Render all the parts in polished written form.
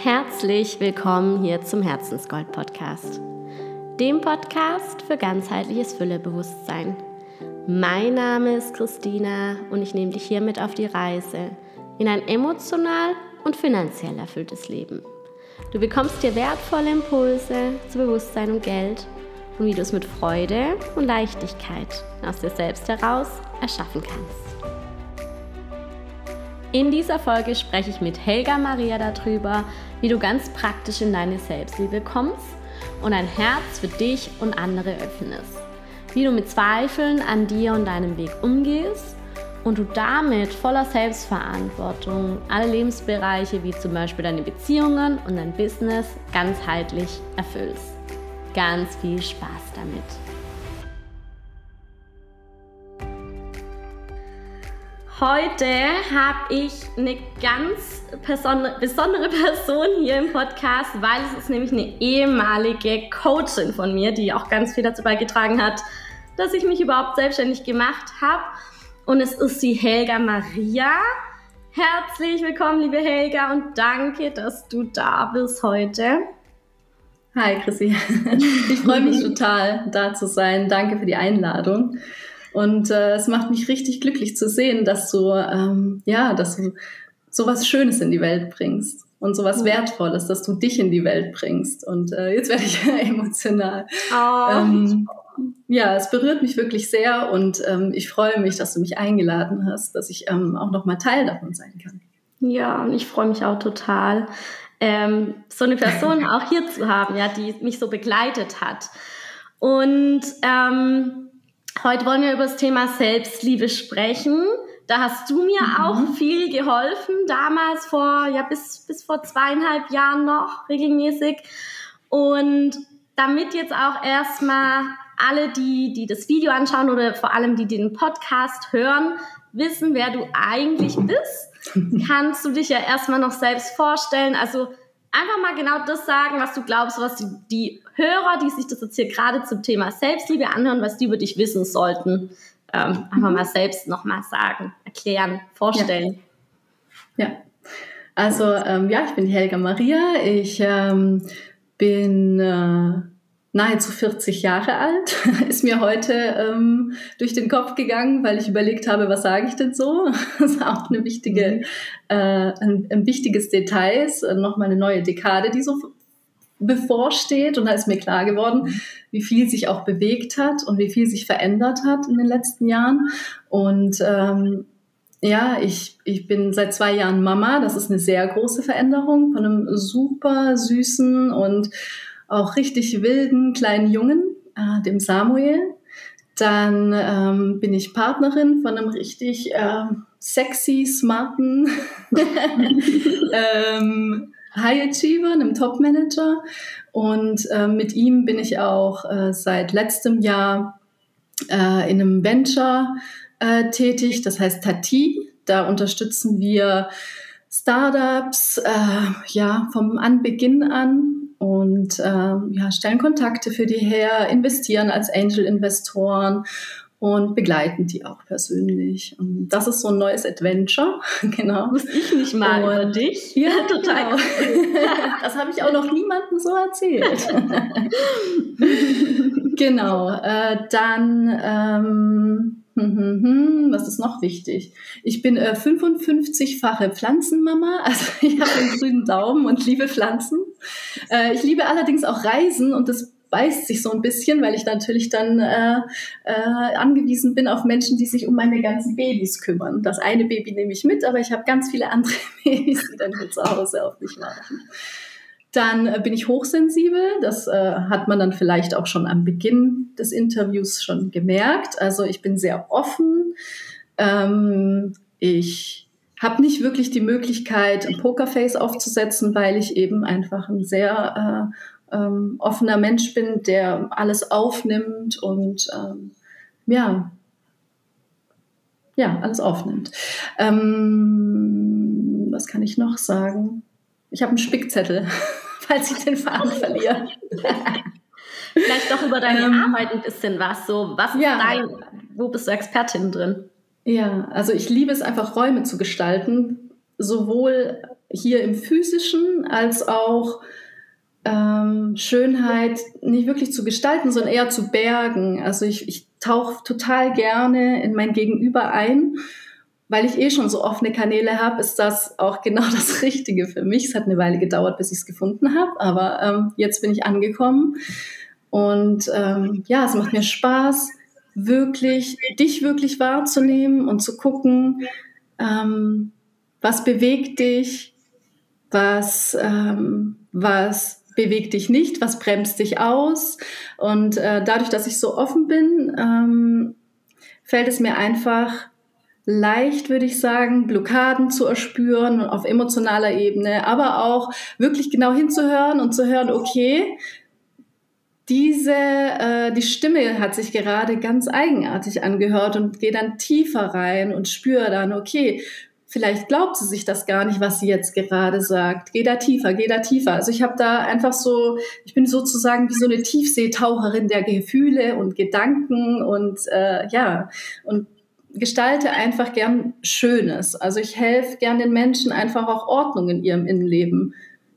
Herzlich willkommen hier zum Herzensgold-Podcast, dem Podcast für ganzheitliches Füllebewusstsein. Mein Name ist Christina und ich nehme dich hiermit auf die Reise in ein emotional und finanziell erfülltes Leben. Du bekommst hier wertvolle Impulse zu Bewusstsein und Geld und wie du es mit Freude und Leichtigkeit aus dir selbst heraus erschaffen kannst. In dieser Folge spreche ich mit Helga Maria darüber, wie du ganz praktisch in deine Selbstliebe kommst und ein Herz für dich und andere öffnest. Wie du mit Zweifeln an dir und deinem Weg umgehst und du damit voller Selbstverantwortung alle Lebensbereiche wie zum Beispiel deine Beziehungen und dein Business ganzheitlich erfüllst. Ganz viel Spaß damit! Heute habe ich eine ganz besondere Person hier im Podcast, weil es ist nämlich eine ehemalige Coachin von mir, die auch ganz viel dazu beigetragen hat, dass ich mich überhaupt selbstständig gemacht habe. Und es ist die Helga Maria. Herzlich willkommen, liebe Helga, und danke, dass du da bist heute. Hi Chrissy, ich freue mich total, da zu sein. Danke für die Einladung. Und es macht mich richtig glücklich zu sehen, dass du sowas Schönes in die Welt bringst und sowas Wertvolles, dass du dich in die Welt bringst. Und jetzt werde ich emotional. Es berührt mich wirklich sehr und ich freue mich, dass du mich eingeladen hast, dass ich auch noch mal Teil davon sein kann. Ja, und ich freue mich auch total, so eine Person auch hier zu haben, ja, die mich so begleitet hat. Und heute wollen wir über das Thema Selbstliebe sprechen. Da hast du mir auch viel geholfen, damals bis vor 2,5 Jahren noch regelmäßig. Und damit jetzt auch erstmal alle, die das Video anschauen oder vor allem die den Podcast hören, wissen, wer du eigentlich bist, kannst du dich ja erstmal noch selbst vorstellen. Also einfach mal genau das sagen, was du glaubst, was die Hörer, die sich das jetzt hier gerade zum Thema Selbstliebe anhören, was die über dich wissen sollten. Einfach mal selbst nochmal sagen, erklären, vorstellen. Ja. Also ich bin die Helga Maria. Ich bin nahezu 40 Jahre alt. Ist mir heute durch den Kopf gegangen, weil ich überlegt habe, was sage ich denn so? Das ist auch eine wichtige, ein wichtiges Detail, ist nochmal eine neue Dekade, die so bevorsteht. Und da ist mir klar geworden, wie viel sich auch bewegt hat und wie viel sich verändert hat in den letzten Jahren. Und ich bin seit 2 Jahren Mama. Das ist eine sehr große Veränderung von einem super süßen und auch richtig wilden kleinen Jungen, dem Samuel. Dann bin ich Partnerin von einem richtig sexy, smarten High Achiever, einem Top-Manager. Und mit ihm bin ich auch seit letztem Jahr in einem Venture tätig, das heißt Tati. Da unterstützen wir Startups vom Anbeginn an und stellen Kontakte für die her, investieren als Angel-Investoren und begleiten die auch persönlich. Und das ist so ein neues Adventure, genau. Wusste ich nicht mal über dich. Ja, total. Genau. Das habe ich auch noch niemandem so erzählt. Genau. Was ist noch wichtig? Ich bin 55-fache Pflanzenmama, also ich habe einen grünen Daumen und liebe Pflanzen. Ich liebe allerdings auch Reisen und das beißt sich so ein bisschen, weil ich natürlich dann angewiesen bin auf Menschen, die sich um meine ganzen Babys kümmern. Das eine Baby nehme ich mit, aber ich habe ganz viele andere Babys, die dann hier zu Hause auf mich warten. Dann bin ich hochsensibel, das hat man dann vielleicht auch schon am Beginn des Interviews schon gemerkt. Also ich bin sehr offen, ich habe nicht wirklich die Möglichkeit, ein Pokerface aufzusetzen, weil ich eben einfach ein sehr offener Mensch bin, der alles aufnimmt und alles aufnimmt. Was kann ich noch sagen? Ich habe einen Spickzettel, falls ich den Faden verliere. Vielleicht doch über deine Arbeit ein bisschen was. So, was ist wo bist du Expertin drin? Ja, also ich liebe es einfach, Räume zu gestalten. sowohl hier im Physischen als auch Schönheit nicht wirklich zu gestalten, sondern eher zu bergen. Also ich tauche total gerne in mein Gegenüber ein. Weil ich schon so offene Kanäle habe, ist das auch genau das Richtige für mich. Es hat eine Weile gedauert, bis ich es gefunden habe, aber jetzt bin ich angekommen. Und es macht mir Spaß, dich wirklich wahrzunehmen und zu gucken, was bewegt dich, was bewegt dich nicht, was bremst dich aus. Und dadurch, dass ich so offen bin, fällt es mir einfach leicht, würde ich sagen, Blockaden zu erspüren auf emotionaler Ebene, aber auch wirklich genau hinzuhören und zu hören, okay, die Stimme hat sich gerade ganz eigenartig angehört und gehe dann tiefer rein und spüre dann, okay, vielleicht glaubt sie sich das gar nicht, was sie jetzt gerade sagt. Geh da tiefer, geh da tiefer. Also ich habe da einfach ich bin sozusagen wie so eine Tiefseetaucherin der Gefühle und Gedanken und und gestalte einfach gern Schönes. Also ich helfe gern den Menschen einfach auch Ordnung in ihrem Innenleben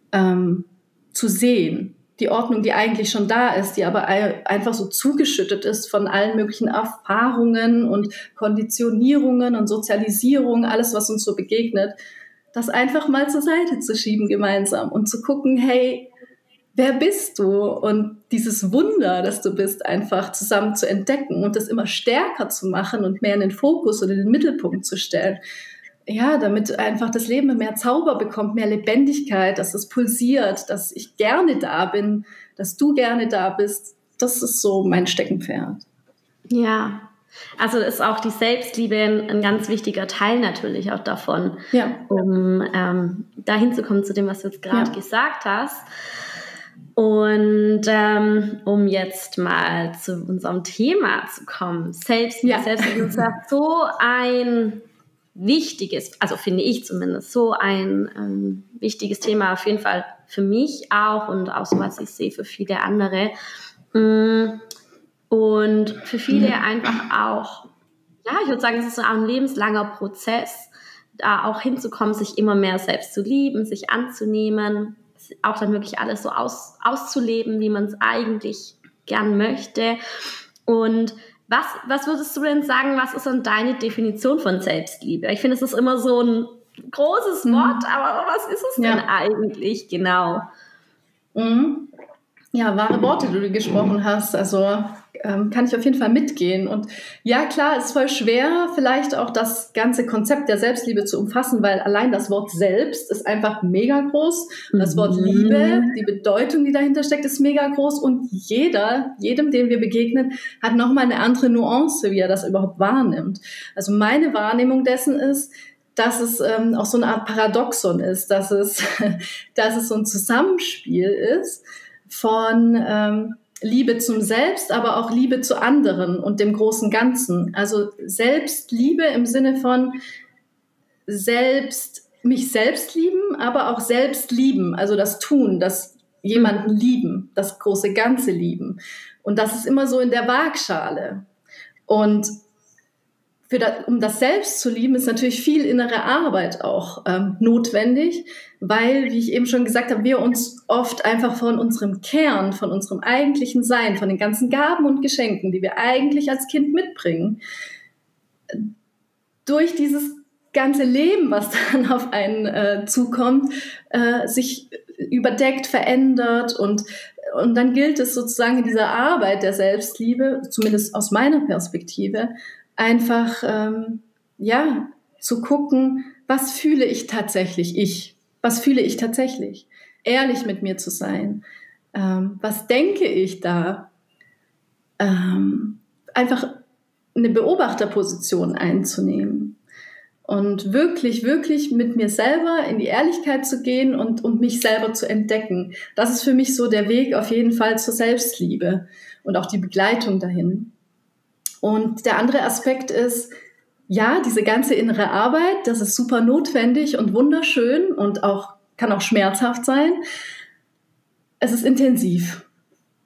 zu sehen. Die Ordnung, die eigentlich schon da ist, die aber einfach so zugeschüttet ist von allen möglichen Erfahrungen und Konditionierungen und Sozialisierung, alles, was uns so begegnet, das einfach mal zur Seite zu schieben gemeinsam und zu gucken, hey, wer bist du? Und dieses Wunder, das du bist, einfach zusammen zu entdecken und das immer stärker zu machen und mehr in den Fokus oder in den Mittelpunkt zu stellen. Ja, damit einfach das Leben mehr Zauber bekommt, mehr Lebendigkeit, dass es pulsiert, dass ich gerne da bin, dass du gerne da bist. Das ist so mein Steckenpferd. Ja, also ist auch die Selbstliebe ein ganz wichtiger Teil natürlich auch davon, um dahin zu kommen zu dem, was du jetzt gerade gesagt hast. Und um jetzt mal zu unserem Thema zu kommen, Selbstliebe ist ja so ein wichtiges, also finde ich zumindest, so ein wichtiges Thema, auf jeden Fall für mich auch und auch so, was ich sehe für viele andere. Und für viele einfach auch, ich würde sagen, es ist so ein lebenslanger Prozess, da auch hinzukommen, sich immer mehr selbst zu lieben, sich anzunehmen, auch dann wirklich alles so auszuleben, wie man es eigentlich gern möchte. Und was würdest du denn sagen, was ist denn deine Definition von Selbstliebe? Ich finde, es ist immer so ein großes Wort, aber was ist es denn eigentlich genau? Ja, wahre Worte, die du gesprochen hast. Also kann ich auf jeden Fall mitgehen. Und ja, klar, es ist voll schwer, vielleicht auch das ganze Konzept der Selbstliebe zu umfassen, weil allein das Wort selbst ist einfach mega groß. Das Wort Liebe, die Bedeutung, die dahinter steckt, ist mega groß. Und jedem, dem wir begegnen, hat nochmal eine andere Nuance, wie er das überhaupt wahrnimmt. Also meine Wahrnehmung dessen ist, dass es auch so eine Art Paradoxon ist, dass es so ein Zusammenspiel ist von Liebe zum Selbst, aber auch Liebe zu anderen und dem großen Ganzen. Also Selbstliebe im Sinne von mich selbst lieben, aber auch selbst lieben. Also das Tun, das jemanden lieben, das große Ganze lieben. Und das ist immer so in der Waagschale. Und um das Selbst zu lieben, ist natürlich viel innere Arbeit auch notwendig, weil, wie ich eben schon gesagt habe, wir uns oft einfach von unserem Kern, von unserem eigentlichen Sein, von den ganzen Gaben und Geschenken, die wir eigentlich als Kind mitbringen, durch dieses ganze Leben, was dann auf einen zukommt, sich überdeckt, verändert und dann gilt es sozusagen in dieser Arbeit der Selbstliebe, zumindest aus meiner Perspektive, einfach zu gucken, was fühle ich tatsächlich was fühle ich tatsächlich, ehrlich mit mir zu sein, was denke ich da, einfach eine Beobachterposition einzunehmen und wirklich, wirklich mit mir selber in die Ehrlichkeit zu gehen und mich selber zu entdecken. Das ist für mich so der Weg auf jeden Fall zur Selbstliebe und auch die Begleitung dahin. Und der andere Aspekt ist, diese ganze innere Arbeit, das ist super notwendig und wunderschön und kann auch schmerzhaft sein. Es ist intensiv.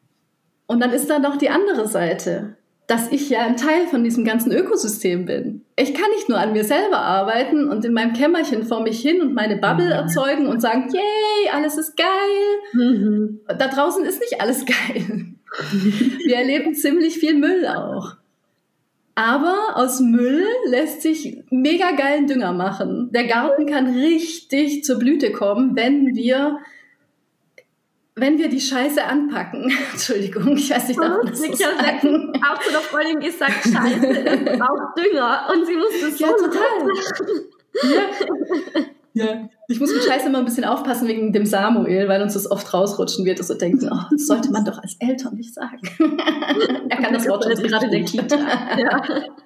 Und dann ist da noch die andere Seite, dass ich ja ein Teil von diesem ganzen Ökosystem bin. ich kann nicht nur an mir selber arbeiten und in meinem Kämmerchen vor mich hin und meine Bubble erzeugen und sagen, yay, alles ist geil. Da draußen ist nicht alles geil. Wir erleben ziemlich viel Müll auch. Aber aus Müll lässt sich mega geilen Dünger machen. Der Garten kann richtig zur Blüte kommen, wenn wir die Scheiße anpacken. Entschuldigung, ich weiß nicht, darf das so sagen. Auch zu der Freundin gesagt, Scheiße, auch Dünger. Und sie musste es ja, total. Ja. Ich muss mit Scheiße immer ein bisschen aufpassen wegen dem Samuel, weil uns das oft rausrutschen wird, dass wir denken, oh, das sollte man doch als Eltern nicht sagen. Er kann das Wort jetzt gerade in der Kita. Ja.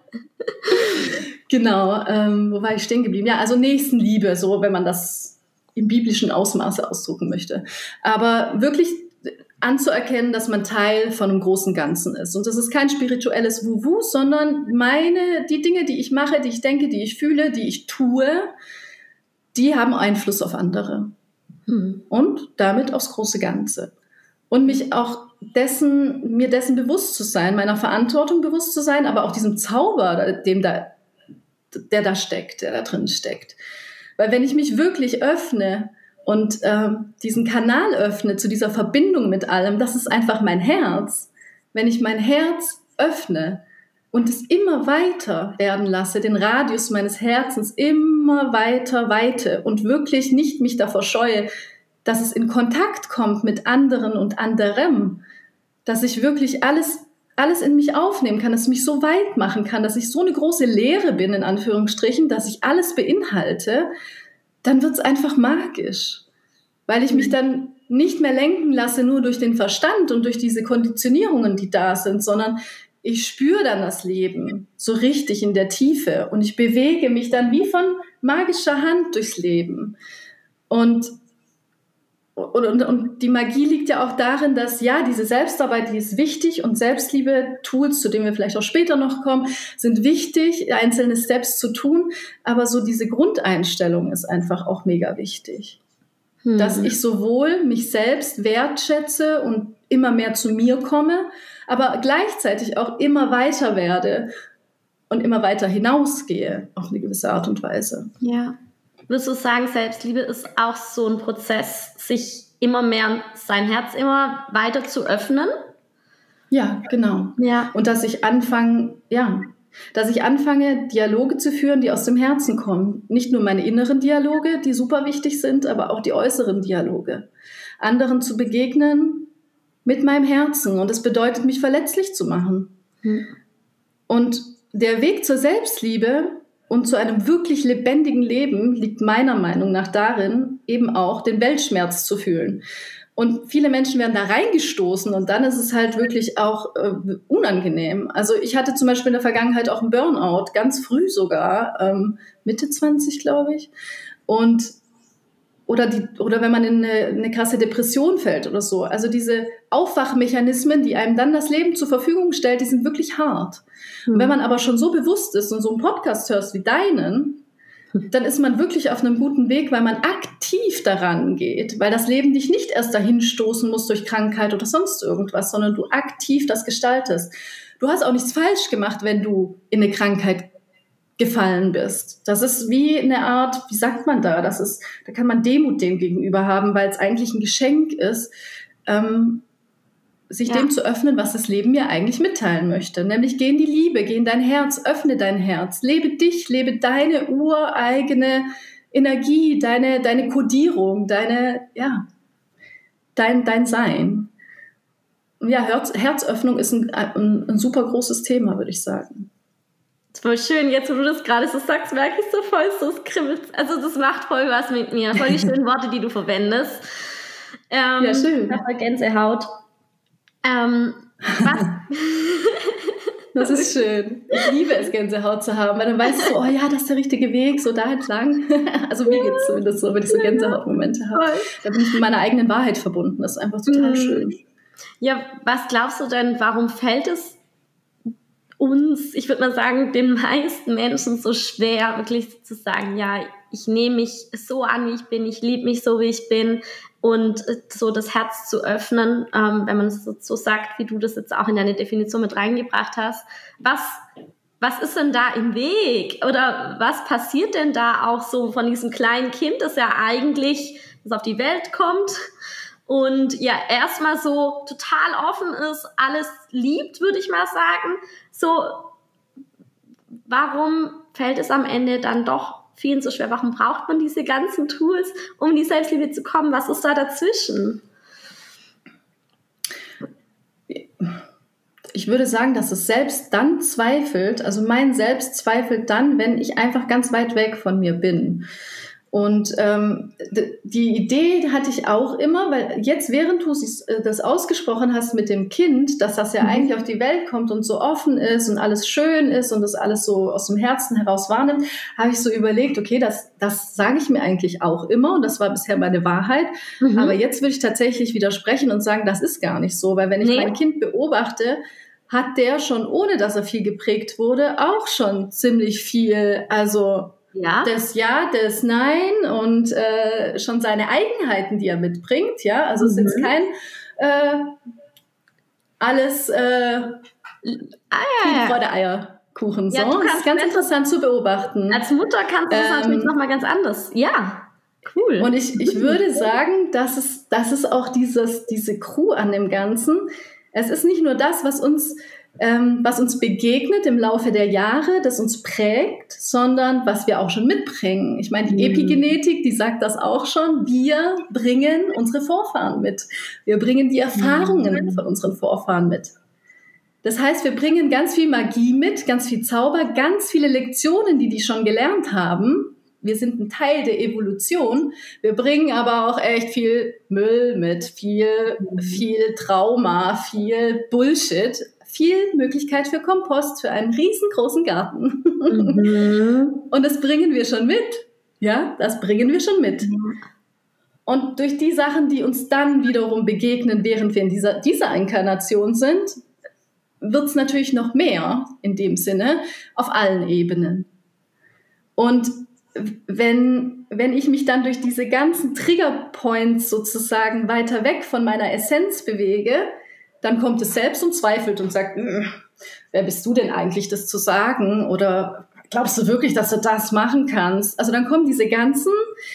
Genau, wo war ich stehen geblieben? Ja, also Nächstenliebe, so wenn man das im biblischen Ausmaße ausdrücken möchte. Aber wirklich anzuerkennen, dass man Teil von einem großen Ganzen ist. Und das ist kein spirituelles Wuhu, sondern die Dinge, die ich mache, die ich denke, die ich fühle, die ich tue, die haben Einfluss auf andere. Und damit aufs große Ganze. Und mich auch mir dessen bewusst zu sein, meiner Verantwortung bewusst zu sein, aber auch diesem Zauber, der da steckt, der da drin steckt. Weil wenn ich mich wirklich öffne und diesen Kanal öffne zu dieser Verbindung mit allem, das ist einfach mein Herz. Wenn ich mein Herz öffne und es immer weiter werden lasse, den Radius meines Herzens immer weiter weite und wirklich nicht mich davor scheue, dass es in Kontakt kommt mit anderen und anderem, dass ich wirklich alles in mich aufnehmen kann, dass es mich so weit machen kann, dass ich so eine große Leere bin, in Anführungsstrichen, dass ich alles beinhalte, dann wird es einfach magisch. Weil ich mich dann nicht mehr lenken lasse nur durch den Verstand und durch diese Konditionierungen, die da sind, sondern ich spüre dann das Leben so richtig in der Tiefe und ich bewege mich dann wie von magischer Hand durchs Leben. Und die Magie liegt ja auch darin, dass ja, diese Selbstarbeit, die ist wichtig und Selbstliebe-Tools, zu denen wir vielleicht auch später noch kommen, sind wichtig, einzelne Steps zu tun, aber so diese Grundeinstellung ist einfach auch mega wichtig. Dass ich sowohl mich selbst wertschätze und immer mehr zu mir komme, aber gleichzeitig auch immer weiter werde und immer weiter hinausgehe auf eine gewisse Art und Weise. Ja. Würdest du sagen, Selbstliebe ist auch so ein Prozess, sich immer mehr, sein Herz immer weiter zu öffnen? Ja, genau. Ja. Und dass ich anfange, Dialoge zu führen, die aus dem Herzen kommen. Nicht nur meine inneren Dialoge, die super wichtig sind, aber auch die äußeren Dialoge. Anderen zu begegnen mit meinem Herzen. Und das bedeutet, mich verletzlich zu machen. Und der Weg zur Selbstliebe und zu einem wirklich lebendigen Leben liegt meiner Meinung nach darin, eben auch den Weltschmerz zu fühlen. Und viele Menschen werden da reingestoßen und dann ist es halt wirklich auch unangenehm. Also ich hatte zum Beispiel in der Vergangenheit auch einen Burnout, ganz früh sogar, Mitte 20, glaube ich. Oder wenn man in eine krasse Depression fällt oder so. Also diese Aufwachmechanismen, die einem dann das Leben zur Verfügung stellt, die sind wirklich hart. Und wenn man aber schon so bewusst ist und so einen Podcast hörst wie deinen, dann ist man wirklich auf einem guten Weg, weil man aktiv daran geht, weil das Leben dich nicht erst dahin stoßen muss durch Krankheit oder sonst irgendwas, sondern du aktiv das gestaltest. Du hast auch nichts falsch gemacht, wenn du in eine Krankheit gefallen bist. Das ist wie eine Art, wie sagt man da? Da kann man Demut dem gegenüber haben, weil es eigentlich ein Geschenk ist, sich dem zu öffnen, was das Leben mir eigentlich mitteilen möchte. Nämlich geh in die Liebe, geh in dein Herz, öffne dein Herz, lebe dich, lebe deine ureigene Energie, deine Kodierung, dein Sein. Ja, Herzöffnung ist ein super großes Thema, würde ich sagen. Voll schön, jetzt wo du das gerade so sagst, merke ich so voll, so es kribbelt. Also das macht voll was mit mir. Voll die schönen Worte, die du verwendest. Ja, schön. Voll Gänsehaut. Was? Das ist schön. Ich liebe es, Gänsehaut zu haben, weil dann weißt du so, oh ja, das ist der richtige Weg, so da entlang. Also mir geht es zumindest so, wenn ich so Gänsehautmomente habe. Da bin ich mit meiner eigenen Wahrheit verbunden. Das ist einfach total schön. Ja, was glaubst du denn, warum fällt es uns, ich würde mal sagen, den meisten Menschen so schwer, wirklich zu sagen, ja, ich nehme mich so an, wie ich bin, ich liebe mich so, wie ich bin und so das Herz zu öffnen, wenn man es so sagt, wie du das jetzt auch in deine Definition mit reingebracht hast. was ist denn da im Weg? Oder was passiert denn da auch so von diesem kleinen Kind, das ja eigentlich das auf die Welt kommt und ja erstmal so total offen ist, alles liebt, würde ich mal sagen. So, warum fällt es am Ende dann doch vielen so schwer? Warum braucht man diese ganzen Tools, um in die Selbstliebe zu kommen? Was ist da dazwischen? Ich würde sagen, dass es selbst dann zweifelt, also mein Selbst zweifelt dann, wenn ich einfach ganz weit weg von mir bin. Und die Idee hatte ich auch immer, weil jetzt, während du das ausgesprochen hast mit dem Kind, dass das ja eigentlich auf die Welt kommt und so offen ist und alles schön ist und das alles so aus dem Herzen heraus wahrnimmt, habe ich so überlegt, okay, das sage ich mir eigentlich auch immer und das war bisher meine Wahrheit. Aber jetzt würde ich tatsächlich widersprechen und sagen, das ist gar nicht so, weil wenn ich mein Kind beobachte, hat der schon, ohne dass er viel geprägt wurde, auch schon ziemlich viel, also das Ja, das Nein und schon seine Eigenheiten, die er mitbringt, ja, also es ist jetzt kein alles Friede, Freude, Eierkuchen, so. Das ist ganz interessant zu beobachten. Als Mutter kannst du das natürlich nochmal ganz anders, ja, cool. Und ich würde sagen, dass es auch diese Crew an dem Ganzen, es ist nicht nur das, was uns begegnet im Laufe der Jahre, das uns prägt, sondern was wir auch schon mitbringen. Ich meine, die Epigenetik, die sagt das auch schon. Wir bringen unsere Vorfahren mit. Wir bringen die Erfahrungen von unseren Vorfahren mit. Das heißt, wir bringen ganz viel Magie mit, ganz viel Zauber, ganz viele Lektionen, die schon gelernt haben. Wir sind ein Teil der Evolution. Wir bringen aber auch echt viel Müll mit, viel Trauma, viel Bullshit, viel Möglichkeit für Kompost, für einen riesengroßen Garten. Und das bringen wir schon mit. Ja, das bringen wir schon mit. Und durch die Sachen, die uns dann wiederum begegnen, während wir in dieser Inkarnation sind, wird es natürlich noch mehr in dem Sinne auf allen Ebenen. Und wenn ich mich dann durch diese ganzen Triggerpoints sozusagen weiter weg von meiner Essenz bewege, dann kommt es selbst und zweifelt und sagt, wer bist du denn eigentlich, das zu sagen? Oder glaubst du wirklich, dass du das machen kannst? Also dann kommen diese ganzen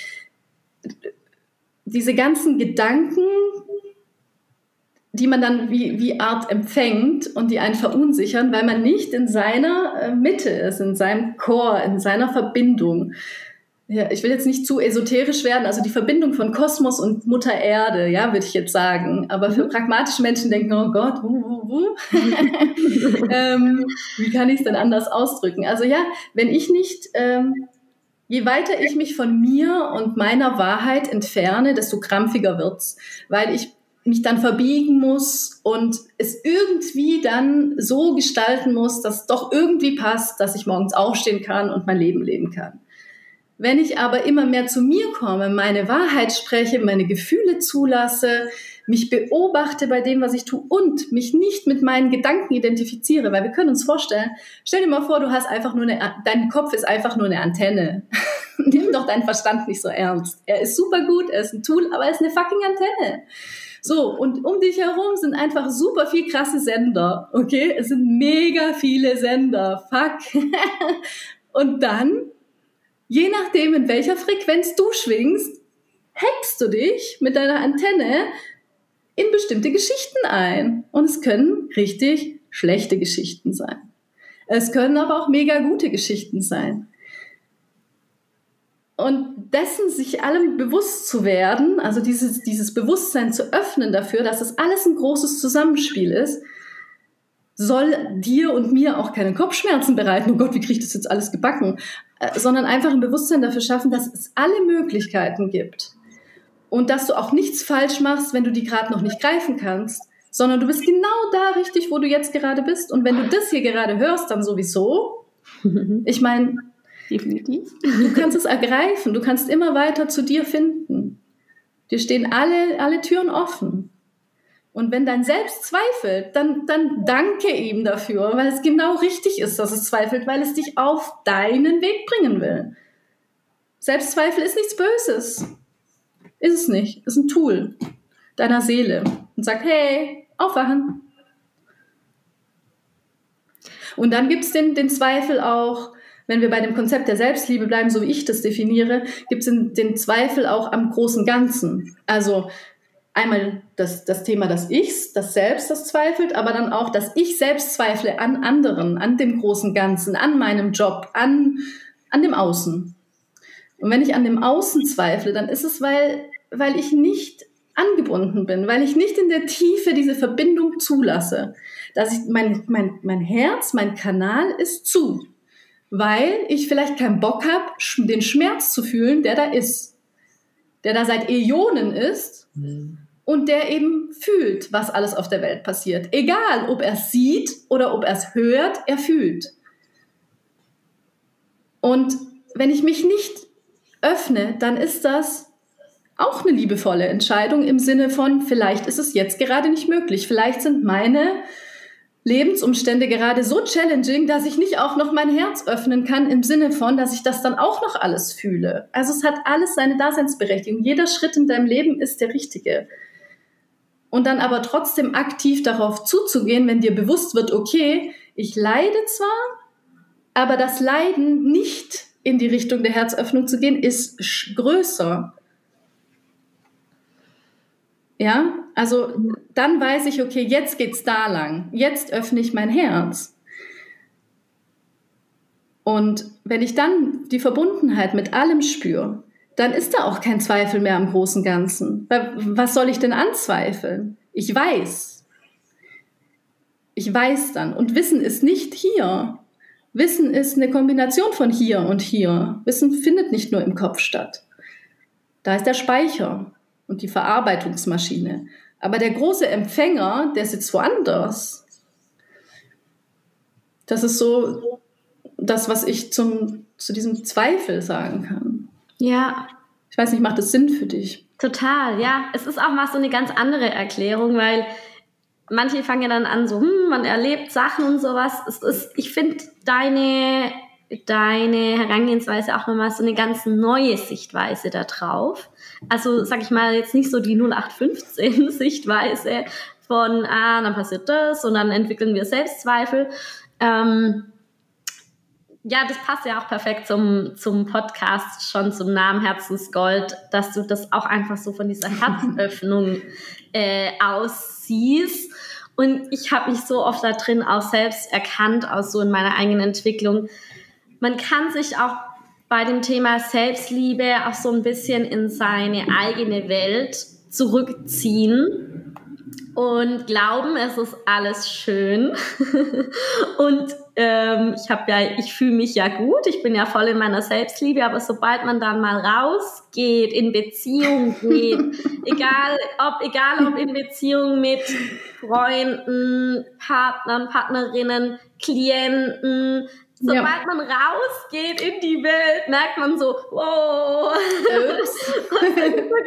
Gedanken, die man dann wie Art empfängt und die einen verunsichern, weil man nicht in seiner Mitte ist, in seinem Core, in seiner Verbindung. Ja, ich will jetzt nicht zu esoterisch werden, also die Verbindung von Kosmos und Mutter Erde, ja, würde ich jetzt sagen. Aber für pragmatische Menschen denken, oh Gott, wie kann ich es denn anders ausdrücken? Also ja, wenn ich nicht, je weiter ich mich von mir und meiner Wahrheit entferne, desto krampfiger wird's, weil ich mich dann verbiegen muss und es irgendwie dann so gestalten muss, dass es doch irgendwie passt, dass ich morgens aufstehen kann und mein Leben leben kann. Wenn ich aber immer mehr zu mir komme, meine Wahrheit spreche, meine Gefühle zulasse, mich beobachte bei dem, was ich tue und mich nicht mit meinen Gedanken identifiziere, weil wir können uns vorstellen, stell dir mal vor, dein Kopf ist einfach nur eine Antenne. Nimm doch deinen Verstand nicht so ernst. Er ist super gut, er ist ein Tool, aber er ist eine fucking Antenne. So, und um dich herum sind einfach super viel krasse Sender, okay? Es sind mega viele Sender, fuck. Und dann, je nachdem, in welcher Frequenz du schwingst, hackst du dich mit deiner Antenne in bestimmte Geschichten ein. Und es können richtig schlechte Geschichten sein. Es können aber auch mega gute Geschichten sein. Und dessen sich allem bewusst zu werden, also dieses Bewusstsein zu öffnen dafür, dass das alles ein großes Zusammenspiel ist, soll dir und mir auch keine Kopfschmerzen bereiten, oh Gott, wie kriege ich das jetzt alles gebacken, sondern einfach ein Bewusstsein dafür schaffen, dass es alle Möglichkeiten gibt und dass du auch nichts falsch machst, wenn du die gerade noch nicht greifen kannst, sondern du bist genau da richtig, wo du jetzt gerade bist und wenn du das hier gerade hörst, dann sowieso. Ich meine, definitiv. Du kannst es ergreifen, du kannst immer weiter zu dir finden. Dir stehen alle Türen offen. Und wenn dein Selbst zweifelt, dann danke ihm dafür, weil es genau richtig ist, dass es zweifelt, weil es dich auf deinen Weg bringen will. Selbstzweifel ist nichts Böses. Ist es nicht. Ist ein Tool deiner Seele. Und sagt, hey, aufwachen. Und dann gibt es den Zweifel auch, wenn wir bei dem Konzept der Selbstliebe bleiben, so wie ich das definiere, gibt es den Zweifel auch am großen Ganzen. Also einmal das Thema des Ichs, das Selbst, das zweifelt, aber dann auch, dass ich selbst zweifle an anderen, an dem großen Ganzen, an meinem Job, an dem Außen. Und wenn ich an dem Außen zweifle, dann ist es, weil ich nicht angebunden bin, weil ich nicht in der Tiefe diese Verbindung zulasse. Dass ich mein Herz, mein Kanal ist zu, weil ich vielleicht keinen Bock habe, den Schmerz zu fühlen, der da ist, der da seit Äonen ist und der eben fühlt, was alles auf der Welt passiert. Egal, ob er es sieht oder ob er es hört, er fühlt. Und wenn ich mich nicht öffne, dann ist das auch eine liebevolle Entscheidung im Sinne von, vielleicht ist es jetzt gerade nicht möglich, vielleicht sind meine Lebensumstände gerade so challenging, dass ich nicht auch noch mein Herz öffnen kann im Sinne von, dass ich das dann auch noch alles fühle. Also es hat alles seine Daseinsberechtigung. Jeder Schritt in deinem Leben ist der richtige. Und dann aber trotzdem aktiv darauf zuzugehen, wenn dir bewusst wird, okay, ich leide zwar, aber das Leiden nicht in die Richtung der Herzöffnung zu gehen, ist größer. Ja, also dann weiß ich, okay, jetzt geht's da lang. Jetzt öffne ich mein Herz. Und wenn ich dann die Verbundenheit mit allem spüre, dann ist da auch kein Zweifel mehr am großen Ganzen. Was soll ich denn anzweifeln? Ich weiß. Ich weiß dann. Und Wissen ist nicht hier. Wissen ist eine Kombination von hier und hier. Wissen findet nicht nur im Kopf statt. Da ist der Speicher und die Verarbeitungsmaschine. Aber der große Empfänger, der sitzt woanders. Das ist so das, was ich zu diesem Zweifel sagen kann. Ja. Ich weiß nicht, macht das Sinn für dich? Total, ja. Es ist auch mal so eine ganz andere Erklärung, weil manche fangen ja dann an so, man erlebt Sachen und sowas. Ich finde deine Herangehensweise auch nochmal so eine ganz neue Sichtweise da drauf. Also, sag ich mal, jetzt nicht so die 0815-Sichtweise von, dann passiert das und dann entwickeln wir Selbstzweifel. Ja, das passt ja auch perfekt zum Podcast, schon zum Namen Herzensgold, dass du das auch einfach so von dieser Herzöffnung aussiehst. Und ich habe mich so oft da drin auch selbst erkannt, auch so in meiner eigenen Entwicklung. Man kann sich auch bei dem Thema Selbstliebe auch so ein bisschen in seine eigene Welt zurückziehen und glauben, es ist alles schön. Und ich fühle mich ja gut, ich bin ja voll in meiner Selbstliebe, aber sobald man dann mal rausgeht, in Beziehung geht, egal ob in Beziehung mit Freunden, Partnern, Partnerinnen, Klienten, sobald man rausgeht in die Welt, merkt man so, wow, was sind für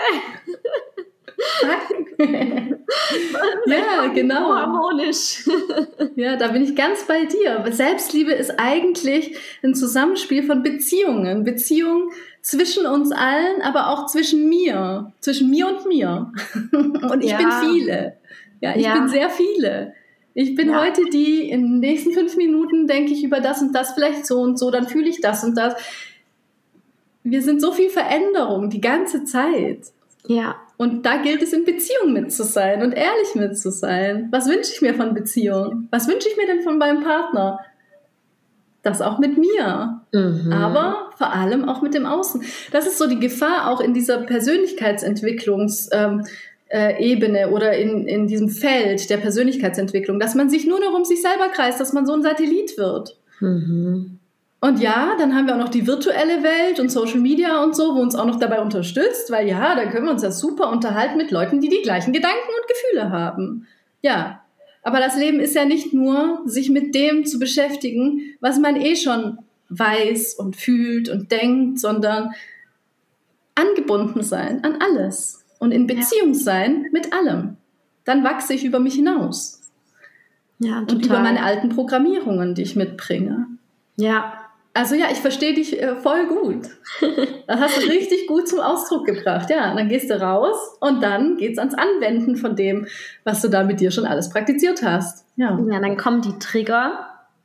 Gefühle? Ja, genau. Harmonisch. Ja, da bin ich ganz bei dir. Selbstliebe ist eigentlich ein Zusammenspiel von Beziehungen. Beziehungen zwischen uns allen, aber auch zwischen mir und mir. Und ich bin viele. Ja, ich bin sehr viele. Ich bin heute die, in den nächsten 5 Minuten denke ich über das und das, vielleicht so und so, dann fühle ich das und das. Wir sind so viel Veränderung die ganze Zeit. Ja. Und da gilt es, in Beziehung mit zu sein und ehrlich mit zu sein. Was wünsche ich mir von Beziehung? Was wünsche ich mir denn von meinem Partner? Das auch mit mir. Aber vor allem auch mit dem Außen. Das ist so die Gefahr auch in dieser Persönlichkeitsentwicklungsebene oder in diesem Feld der Persönlichkeitsentwicklung, dass man sich nur noch um sich selber kreist, dass man so ein Satellit wird. Und ja, dann haben wir auch noch die virtuelle Welt und Social Media und so, wo uns auch noch dabei unterstützt, weil ja, dann können wir uns ja super unterhalten mit Leuten, die die gleichen Gedanken und Gefühle haben. Ja, aber das Leben ist ja nicht nur, sich mit dem zu beschäftigen, was man schon weiß und fühlt und denkt, sondern angebunden sein an alles und in Beziehung sein mit allem. Dann wachse ich über mich hinaus. Ja, total. Und über meine alten Programmierungen, die ich mitbringe. Ja. Also ja, ich verstehe dich voll gut. Das hast du richtig gut zum Ausdruck gebracht. Ja, dann gehst du raus und dann geht's ans Anwenden von dem, was du da mit dir schon alles praktiziert hast. Ja, dann kommen die Trigger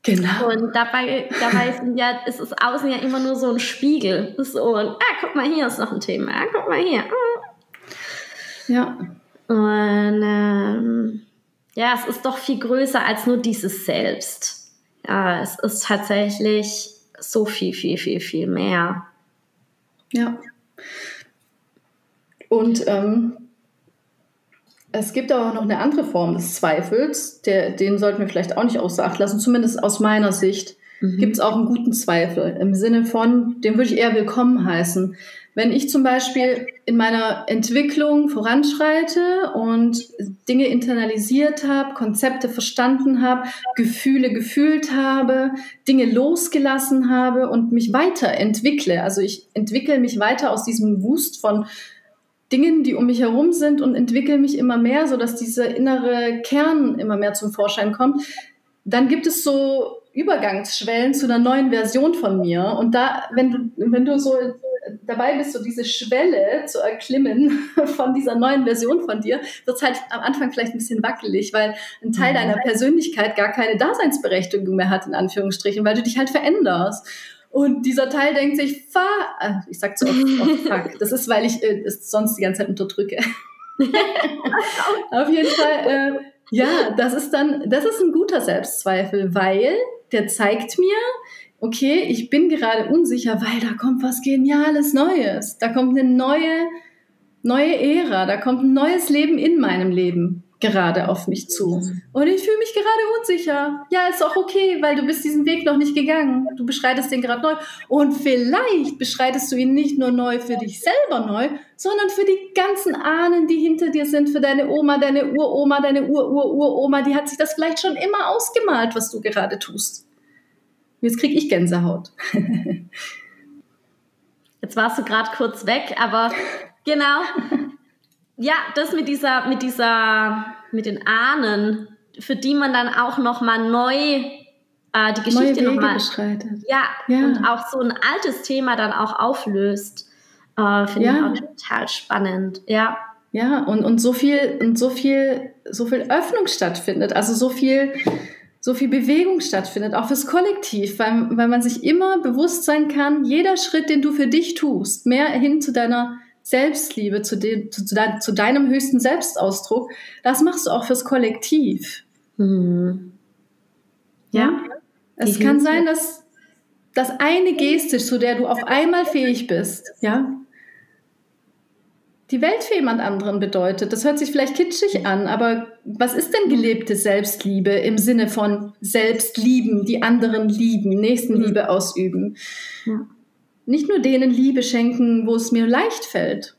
Genau. Und dabei ist es außen ja immer nur so ein Spiegel. So ein, guck mal, hier ist noch ein Thema. Guck mal hier. Ja. Und es ist doch viel größer als nur dieses Selbst. Ja, es ist tatsächlich so viel, viel, viel, viel mehr. Ja. Und es gibt aber noch eine andere Form des Zweifels, den sollten wir vielleicht auch nicht außer Acht lassen, zumindest aus meiner Sicht. Gibt es auch einen guten Zweifel, im Sinne von, den würde ich eher willkommen heißen. Wenn ich zum Beispiel in meiner Entwicklung voranschreite und Dinge internalisiert habe, Konzepte verstanden habe, Gefühle gefühlt habe, Dinge losgelassen habe und mich weiterentwickle, also ich entwickle mich weiter aus diesem Wust von Dingen, die um mich herum sind und entwickle mich immer mehr, sodass dieser innere Kern immer mehr zum Vorschein kommt, dann gibt es so Übergangsschwellen zu einer neuen Version von mir. Und da, wenn du so dabei bist, so diese Schwelle zu erklimmen von dieser neuen Version von dir, wird es halt am Anfang vielleicht ein bisschen wackelig, weil ein Teil deiner Persönlichkeit gar keine Daseinsberechtigung mehr hat, in Anführungsstrichen, weil du dich halt veränderst. Und dieser Teil denkt sich, ich sag zu oft fuck. Das ist, weil ich es sonst die ganze Zeit unterdrücke. Auf jeden Fall, das ist ein guter Selbstzweifel, weil der zeigt mir, okay, ich bin gerade unsicher, weil da kommt was Geniales Neues. Da kommt eine neue Ära, da kommt ein neues Leben in meinem Leben gerade auf mich zu. Und ich fühle mich gerade unsicher. Ja, ist auch okay, weil du bist diesen Weg noch nicht gegangen. Du beschreitest den gerade neu. Und vielleicht beschreitest du ihn nicht nur neu für dich selber neu, sondern für die ganzen Ahnen, die hinter dir sind, für deine Oma, deine Uroma, deine Urururoma. Die hat sich das vielleicht schon immer ausgemalt, was du gerade tust. Jetzt kriege ich Gänsehaut. Jetzt warst du gerade kurz weg, aber genau. Ja, das mit den Ahnen, für die man dann auch nochmal neu die Geschichte nochmal beschreitet. Ja, und auch so ein altes Thema dann auch auflöst, finde ich auch total spannend. Ja. Ja, und so viel Öffnung stattfindet, also so viel Bewegung stattfindet, auch fürs Kollektiv, weil man sich immer bewusst sein kann, jeder Schritt, den du für dich tust, mehr hin zu deiner Selbstliebe, zu deinem höchsten Selbstausdruck, das machst du auch fürs Kollektiv. Ja. Es kann sein, dass eine Geste, zu der du auf einmal fähig bist, die Welt für jemand anderen bedeutet. Das hört sich vielleicht kitschig an, aber was ist denn gelebte Selbstliebe im Sinne von Selbstlieben, die anderen lieben, Nächstenliebe ausüben? Ja. Nicht nur denen Liebe schenken, wo es mir leicht fällt.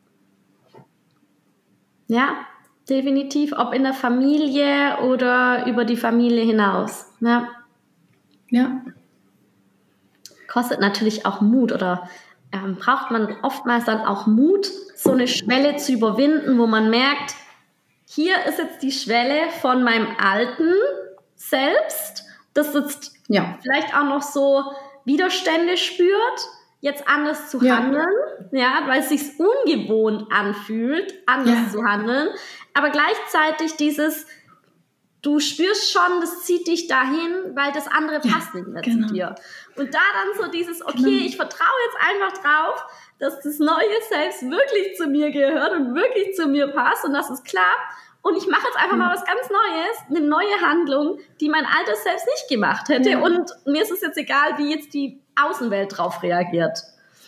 Ja, definitiv. Ob in der Familie oder über die Familie hinaus. Ja. Kostet natürlich auch Mut oder braucht man oftmals dann auch Mut, so eine Schwelle zu überwinden, wo man merkt, hier ist jetzt die Schwelle von meinem alten Selbst, das jetzt vielleicht auch noch so Widerstände spürt, jetzt anders zu handeln, weil es sich ungewohnt anfühlt, anders zu handeln, aber gleichzeitig du spürst schon, das zieht dich dahin, weil das andere passt nicht mehr zu dir. Und da dann so dieses, okay, ich vertraue jetzt einfach drauf, dass das neue Selbst wirklich zu mir gehört und wirklich zu mir passt und dass es klappt. Und ich mache jetzt einfach mal was ganz Neues, eine neue Handlung, die mein altes Selbst nicht gemacht hätte. Ja. Und mir ist es jetzt egal, wie jetzt die Außenwelt drauf reagiert.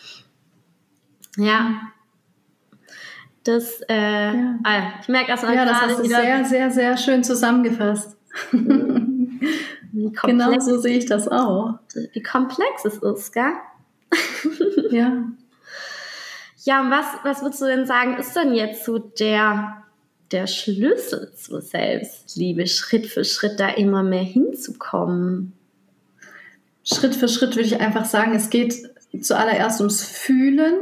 Ja. Das, ich merke erstmal gerade das hast du wieder sehr, sehr, sehr schön zusammengefasst. Genau so sehe ich das auch. Wie komplex es ist, gell? Ja. Ja, und was würdest du denn sagen, ist denn jetzt so der Schlüssel zur Selbstliebe, Schritt für Schritt da immer mehr hinzukommen? Schritt für Schritt würde ich einfach sagen, es geht zuallererst ums Fühlen,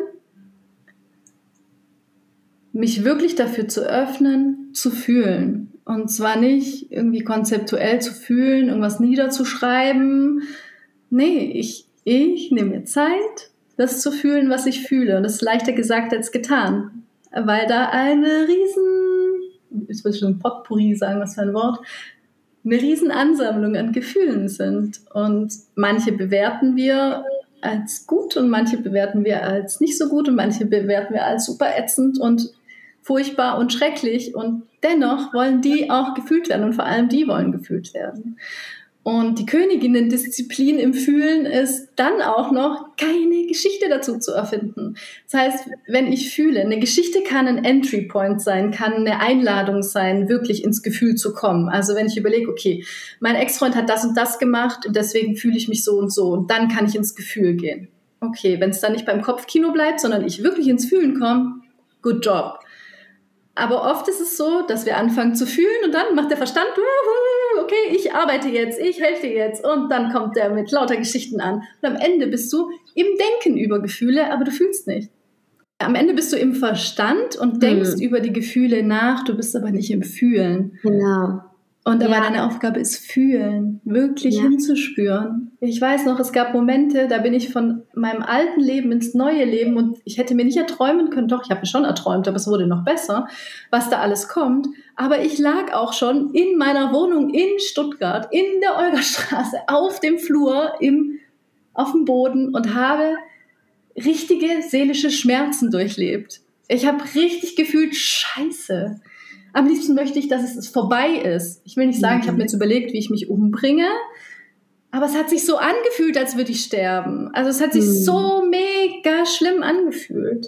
mich wirklich dafür zu öffnen, zu fühlen. Und zwar nicht irgendwie konzeptuell zu fühlen, irgendwas niederzuschreiben. Nee, ich nehme mir Zeit, das zu fühlen, was ich fühle. Und das ist leichter gesagt als getan. Weil da eine ich will schon Potpourri sagen, was für ein Wort, eine Riesenansammlung an Gefühlen sind. Und manche bewerten wir als gut und manche bewerten wir als nicht so gut und manche bewerten wir als super ätzend und furchtbar und schrecklich. Und dennoch wollen die auch gefühlt werden und vor allem die wollen gefühlt werden. Und die Königinnen-Disziplin im Fühlen ist dann auch noch, keine Geschichte dazu zu erfinden. Das heißt, wenn ich fühle, eine Geschichte kann ein Entry Point sein, kann eine Einladung sein, wirklich ins Gefühl zu kommen. Also wenn ich überlege, okay, mein Ex-Freund hat das und das gemacht und deswegen fühle ich mich so und dann kann ich ins Gefühl gehen. Okay, wenn es dann nicht beim Kopfkino bleibt, sondern ich wirklich ins Fühlen komme, good job. Aber oft ist es so, dass wir anfangen zu fühlen und dann macht der Verstand, okay, ich arbeite jetzt, ich helfe dir jetzt und dann kommt der mit lauter Geschichten an. Und am Ende bist du im Denken über Gefühle, aber du fühlst nicht. Am Ende bist du im Verstand und denkst über die Gefühle nach, du bist aber nicht im Fühlen. Genau. Und aber deine Aufgabe ist fühlen, wirklich hinzuspüren. Ich weiß noch, es gab Momente, da bin ich von meinem alten Leben ins neue Leben und ich hätte mir nicht erträumen können, doch, ich habe mir schon erträumt, aber es wurde noch besser, was da alles kommt. Aber ich lag auch schon in meiner Wohnung in Stuttgart, in der Olgastraße, auf dem Flur, auf dem Boden und habe richtige seelische Schmerzen durchlebt. Ich habe richtig gefühlt, Scheiße. Am liebsten möchte ich, dass es vorbei ist. Ich will nicht sagen, ich habe mir jetzt überlegt, wie ich mich umbringe, aber es hat sich so angefühlt, als würde ich sterben. Also es hat sich so mega schlimm angefühlt.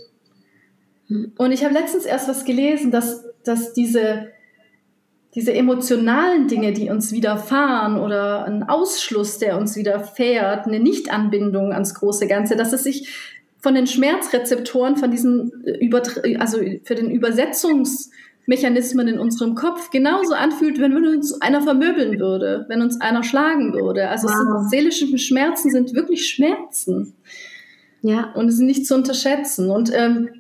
Und ich habe letztens erst was gelesen, dass diese emotionalen Dinge, die uns widerfahren oder ein Ausschluss, der uns widerfährt, eine Nichtanbindung ans große Ganze, dass es sich von den Schmerzrezeptoren, von diesen also für den Übersetzungsmechanismen in unserem Kopf genauso anfühlt, wenn uns einer vermöbeln würde, wenn uns einer schlagen würde. Also seelische Schmerzen sind wirklich Schmerzen. Ja. Und es sind nicht zu unterschätzen. Und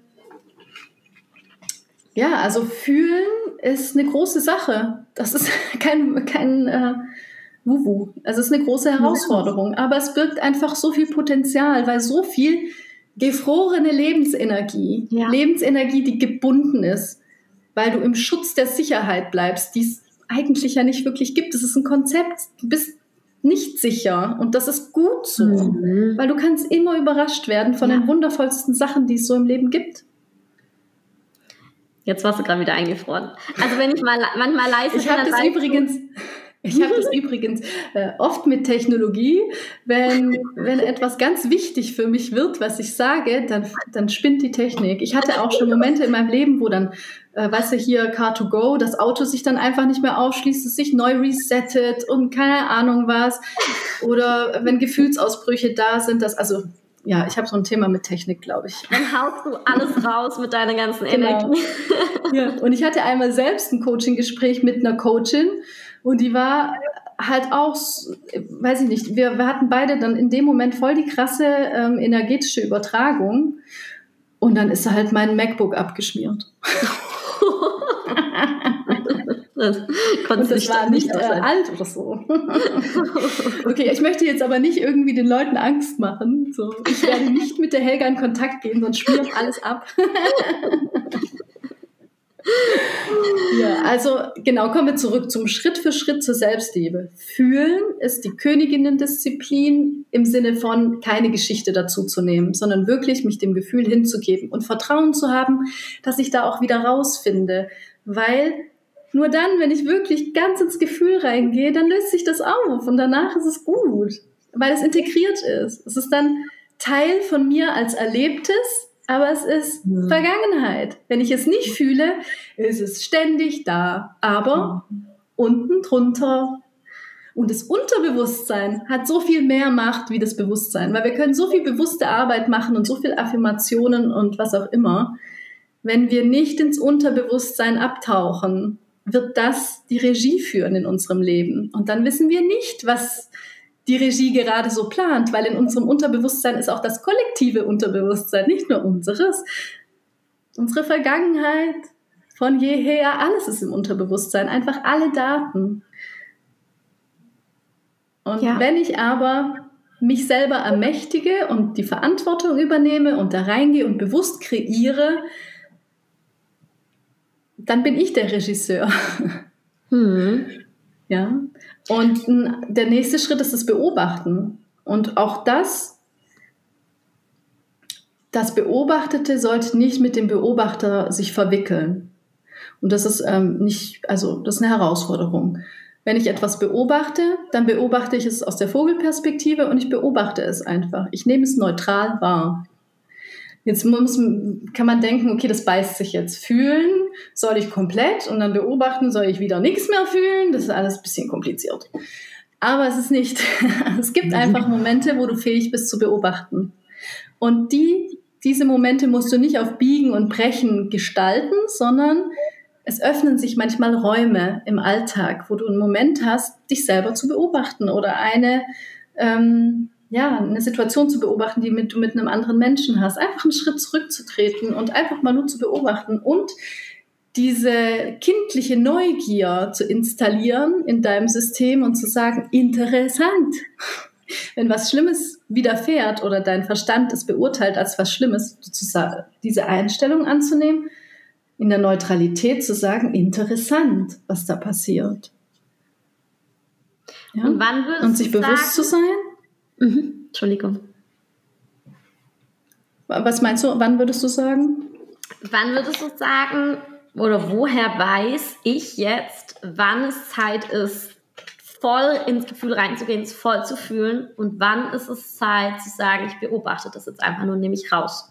also fühlen ist eine große Sache. Das ist kein Wuhu. Also es ist eine große Herausforderung. Aber es birgt einfach so viel Potenzial, weil so viel gefrorene Lebensenergie, Lebensenergie, die gebunden ist, weil du im Schutz der Sicherheit bleibst, die es eigentlich ja nicht wirklich gibt. Das ist ein Konzept, du bist nicht sicher und das ist gut so, weil du kannst immer überrascht werden von den wundervollsten Sachen, die es so im Leben gibt. Jetzt warst du gerade wieder eingefroren. Also wenn ich manchmal leise bin, Ich habe das übrigens oft mit Technologie, wenn etwas ganz wichtig für mich wird, was ich sage, dann spinnt die Technik. Ich hatte auch schon Momente in meinem Leben, wo dann, hier Car2Go, das Auto sich dann einfach nicht mehr aufschließt, es sich neu resettet und keine Ahnung was. Oder wenn Gefühlsausbrüche da sind, ich habe so ein Thema mit Technik, glaube ich. Dann haust du alles raus mit deiner ganzen Energie. Ja, und ich hatte einmal selbst ein Coaching-Gespräch mit einer Coachin und die war halt auch, weiß ich nicht, wir hatten beide dann in dem Moment voll die krasse energetische Übertragung und dann ist halt mein MacBook abgeschmiert. Das war nicht alt oder so. Okay, ich möchte jetzt aber nicht irgendwie den Leuten Angst machen. So, ich werde nicht mit der Helga in Kontakt gehen, sonst schmiert alles ab. Ja, also genau, kommen wir zurück zum Schritt für Schritt zur Selbstliebe. Fühlen ist die Königinnen-Disziplin im Sinne von keine Geschichte dazu zu nehmen, sondern wirklich mich dem Gefühl hinzugeben und Vertrauen zu haben, dass ich da auch wieder rausfinde, weil nur dann, wenn ich wirklich ganz ins Gefühl reingehe, dann löst sich das auf und danach ist es gut, weil es integriert ist. Es ist dann Teil von mir als Erlebtes, aber es ist Vergangenheit. Wenn ich es nicht fühle, ist es ständig da, aber unten drunter. Und das Unterbewusstsein hat so viel mehr Macht wie das Bewusstsein, weil wir können so viel bewusste Arbeit machen und so viel Affirmationen und was auch immer. Wenn wir nicht ins Unterbewusstsein abtauchen, wird das die Regie führen in unserem Leben. Und dann wissen wir nicht, was die Regie gerade so plant, weil in unserem Unterbewusstsein ist auch das kollektive Unterbewusstsein, nicht nur unseres. Unsere Vergangenheit, von jeher, alles ist im Unterbewusstsein, einfach alle Daten. Und wenn ich aber mich selber ermächtige und die Verantwortung übernehme und da reingehe und bewusst kreiere, dann bin ich der Regisseur. Ja. Und der nächste Schritt ist das Beobachten. Und auch das Beobachtete sollte nicht mit dem Beobachter sich verwickeln. Und das ist das ist eine Herausforderung. Wenn ich etwas beobachte, dann beobachte ich es aus der Vogelperspektive und ich beobachte es einfach. Ich nehme es neutral wahr. Jetzt kann man denken, okay, das beißt sich jetzt. Fühlen soll ich komplett und dann beobachten soll ich wieder nichts mehr fühlen. Das ist alles ein bisschen kompliziert. Aber es ist nicht. Es gibt einfach Momente, wo du fähig bist zu beobachten. Und diese Momente musst du nicht auf Biegen und Brechen gestalten, sondern es öffnen sich manchmal Räume im Alltag, wo du einen Moment hast, dich selber zu beobachten oder eine Situation zu beobachten, die du mit einem anderen Menschen hast. Einfach einen Schritt zurückzutreten und einfach mal nur zu beobachten und diese kindliche Neugier zu installieren in deinem System und zu sagen, interessant. Wenn was Schlimmes widerfährt oder dein Verstand es beurteilt als was Schlimmes, sozusagen diese Einstellung anzunehmen, in der Neutralität zu sagen, interessant, was da passiert. Ja? Und sich bewusst zu sein. Entschuldigung. Was meinst du, wann würdest du sagen? Wann würdest du sagen, oder woher weiß ich jetzt, wann es Zeit ist, voll ins Gefühl reinzugehen, es voll zu fühlen und wann ist es Zeit zu sagen, ich beobachte das jetzt einfach nur und nehme ich raus?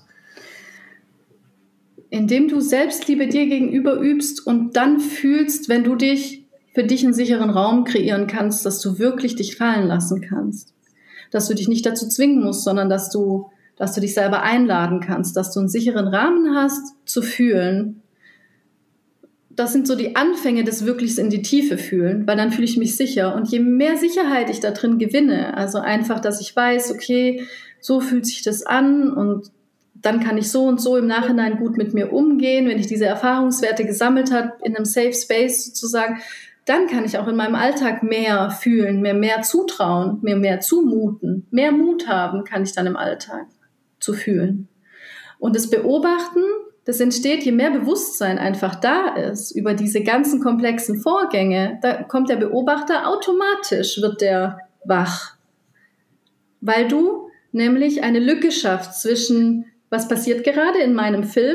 Indem du Selbstliebe dir gegenüber übst und dann fühlst, wenn du für dich einen sicheren Raum kreieren kannst, dass du wirklich dich fallen lassen kannst. Dass du dich nicht dazu zwingen musst, sondern dass du dich selber einladen kannst, dass du einen sicheren Rahmen hast, zu fühlen. Das sind so die Anfänge des wirklich in die Tiefe fühlen, weil dann fühle ich mich sicher. Und je mehr Sicherheit ich da drin gewinne, also einfach, dass ich weiß, okay, so fühlt sich das an und dann kann ich so und so im Nachhinein gut mit mir umgehen, wenn ich diese Erfahrungswerte gesammelt habe, in einem Safe Space sozusagen, dann kann ich auch in meinem Alltag mehr fühlen, mir mehr zutrauen, mir mehr zumuten, mehr Mut haben kann ich dann im Alltag zu fühlen. Und das Beobachten, das entsteht, je mehr Bewusstsein einfach da ist über diese ganzen komplexen Vorgänge, da kommt der Beobachter automatisch, wird der wach. Weil du nämlich eine Lücke schaffst zwischen, was passiert gerade in meinem Film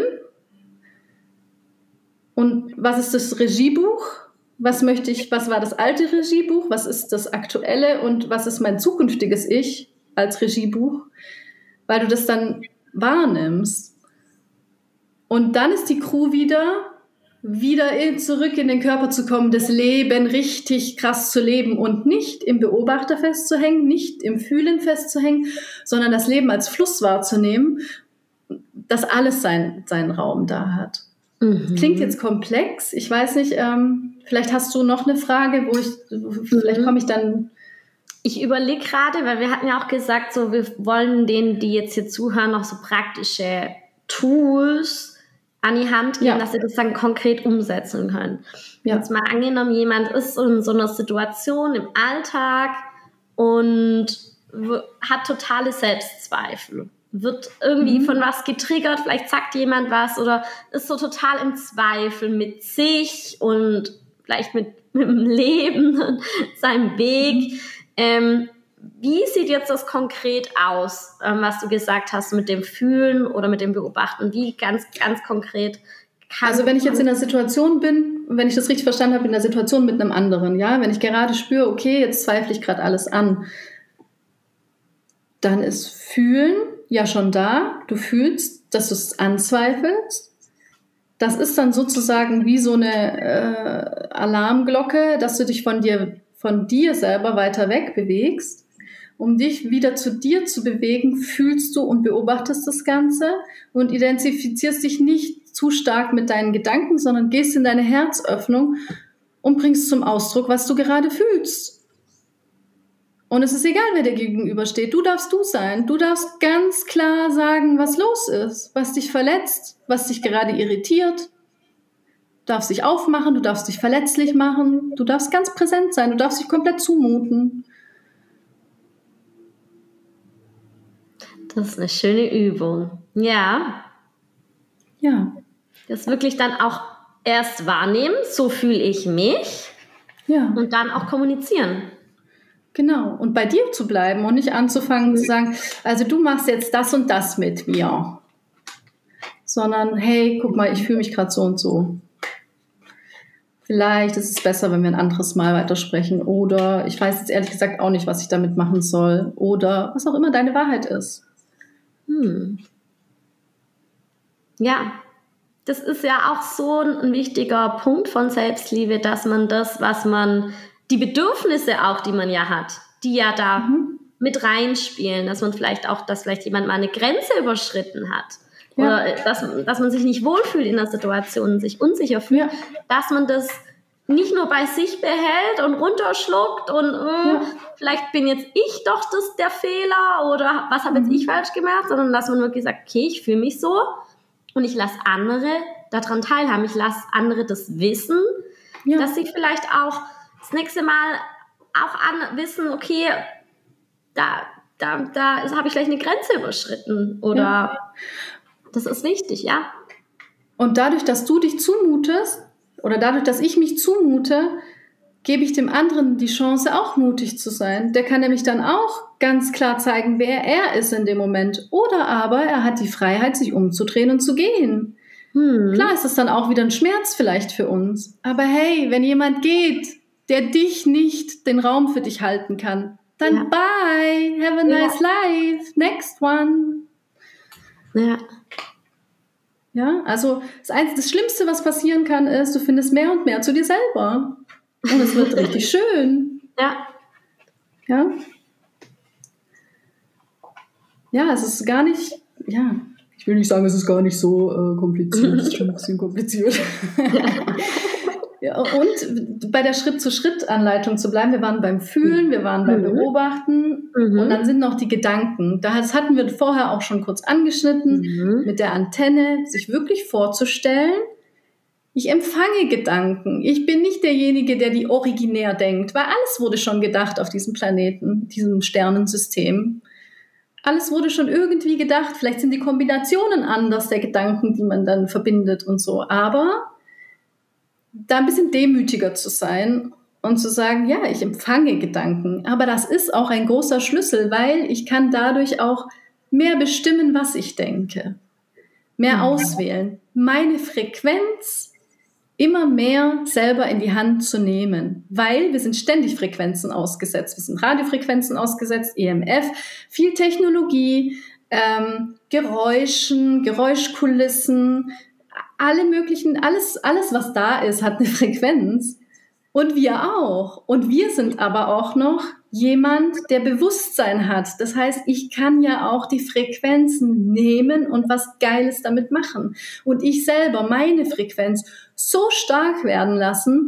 und was ist das Regiebuch, was war das alte Regiebuch, was ist das aktuelle und was ist mein zukünftiges Ich als Regiebuch, weil du das dann wahrnimmst. Und dann ist die Crew wieder zurück in den Körper zu kommen, das Leben richtig krass zu leben und nicht im Beobachter festzuhängen, nicht im Fühlen festzuhängen, sondern das Leben als Fluss wahrzunehmen, dass alles seinen Raum da hat. Klingt jetzt komplex, ich weiß nicht, vielleicht hast du noch eine Frage, vielleicht komme ich dann... Ich überlege gerade, weil wir hatten ja auch gesagt, so wir wollen denen, die jetzt hier zuhören, noch so praktische Tools an die Hand geben, dass sie das dann konkret umsetzen können. Ja. Jetzt mal angenommen, jemand ist in so einer Situation im Alltag und hat totale Selbstzweifel. Wird irgendwie von was getriggert, vielleicht sagt jemand was oder ist so total im Zweifel mit sich und vielleicht mit dem Leben und seinem Weg. Wie sieht jetzt das konkret aus, was du gesagt hast mit dem Fühlen oder mit dem Beobachten? Wie ganz, ganz konkret Also wenn ich jetzt in der Situation bin, wenn ich das richtig verstanden habe, in der Situation mit einem anderen, ja, wenn ich gerade spüre, okay, jetzt zweifle ich gerade alles an, dann ist Fühlen ja schon da. Du fühlst, dass du es anzweifelst. Das ist dann sozusagen wie so eine Alarmglocke, dass du dich von dir selber weiter weg bewegst. Um dich wieder zu dir zu bewegen, fühlst du und beobachtest das Ganze und identifizierst dich nicht zu stark mit deinen Gedanken, sondern gehst in deine Herzöffnung und bringst zum Ausdruck, was du gerade fühlst. Und es ist egal, wer dir gegenübersteht. Du darfst du sein. Du darfst ganz klar sagen, was los ist, was dich verletzt, was dich gerade irritiert. Du darfst dich aufmachen, du darfst dich verletzlich machen, du darfst ganz präsent sein, du darfst dich komplett zumuten. Das ist eine schöne Übung. Ja. Ja. Das wirklich dann auch erst wahrnehmen, so fühle ich mich. Ja. Und dann auch kommunizieren. Genau. Und bei dir zu bleiben und nicht anzufangen zu sagen, also du machst jetzt das und das mit mir. Sondern, hey, guck mal, ich fühle mich gerade so und so. Vielleicht ist es besser, wenn wir ein anderes Mal weitersprechen. Oder ich weiß jetzt ehrlich gesagt auch nicht, was ich damit machen soll. Oder was auch immer deine Wahrheit ist. Ja, das ist ja auch so ein wichtiger Punkt von Selbstliebe, dass man das, was man, die Bedürfnisse auch, die man ja hat, die ja da mit reinspielen, dass man vielleicht auch, dass vielleicht jemand mal eine Grenze überschritten hat. Ja. Oder dass man sich nicht wohlfühlt in der Situation, sich unsicher fühlt, dass man das nicht nur bei sich behält und runterschluckt und vielleicht bin jetzt ich doch der Fehler oder was habe jetzt ich falsch gemacht, sondern dass man wirklich sagt, okay, ich fühle mich so und ich lasse andere daran teilhaben. Ich lasse andere das wissen, dass sie vielleicht auch das nächste Mal auch wissen, okay, da habe ich vielleicht eine Grenze überschritten oder das ist wichtig, ja. Und dadurch, dass du dich zumutest oder dadurch, dass ich mich zumute, gebe ich dem anderen die Chance, auch mutig zu sein. Der kann nämlich dann auch ganz klar zeigen, wer er ist in dem Moment. Oder aber er hat die Freiheit, sich umzudrehen und zu gehen. Klar ist es dann auch wieder ein Schmerz vielleicht für uns. Aber hey, wenn jemand geht, der dich nicht den Raum für dich halten kann, dann bye, have a nice life, next one. Ja. Ja, also das Schlimmste, was passieren kann, ist, du findest mehr und mehr zu dir selber. Und es wird richtig schön. Ja. Ja. Ja, es ist gar nicht, ich will nicht sagen, es ist gar nicht so kompliziert, es ist schon ein bisschen kompliziert. Ja, und bei der Schritt-zu-Schritt-Anleitung zu bleiben, wir waren beim Fühlen, wir waren beim Beobachten und dann sind noch die Gedanken. Das hatten wir vorher auch schon kurz angeschnitten, mit der Antenne, sich wirklich vorzustellen, ich empfange Gedanken. Ich bin nicht derjenige, der die originär denkt, weil alles wurde schon gedacht auf diesem Planeten, diesem Sternensystem. Alles wurde schon irgendwie gedacht. Vielleicht sind die Kombinationen anders der Gedanken, die man dann verbindet und so. Aber da ein bisschen demütiger zu sein und zu sagen, ja, ich empfange Gedanken. Aber das ist auch ein großer Schlüssel, weil ich kann dadurch auch mehr bestimmen, was ich denke. Mehr auswählen. Meine Frequenz immer mehr selber in die Hand zu nehmen, weil wir sind ständig Frequenzen ausgesetzt. Wir sind Radiofrequenzen ausgesetzt, EMF, viel Technologie, Geräuschen, Geräuschkulissen, alle möglichen, alles, was da ist, hat eine Frequenz. Und wir auch. Und wir sind aber auch noch jemand, der Bewusstsein hat. Das heißt, ich kann ja auch die Frequenzen nehmen und was Geiles damit machen. Und ich selber meine Frequenz so stark werden lassen,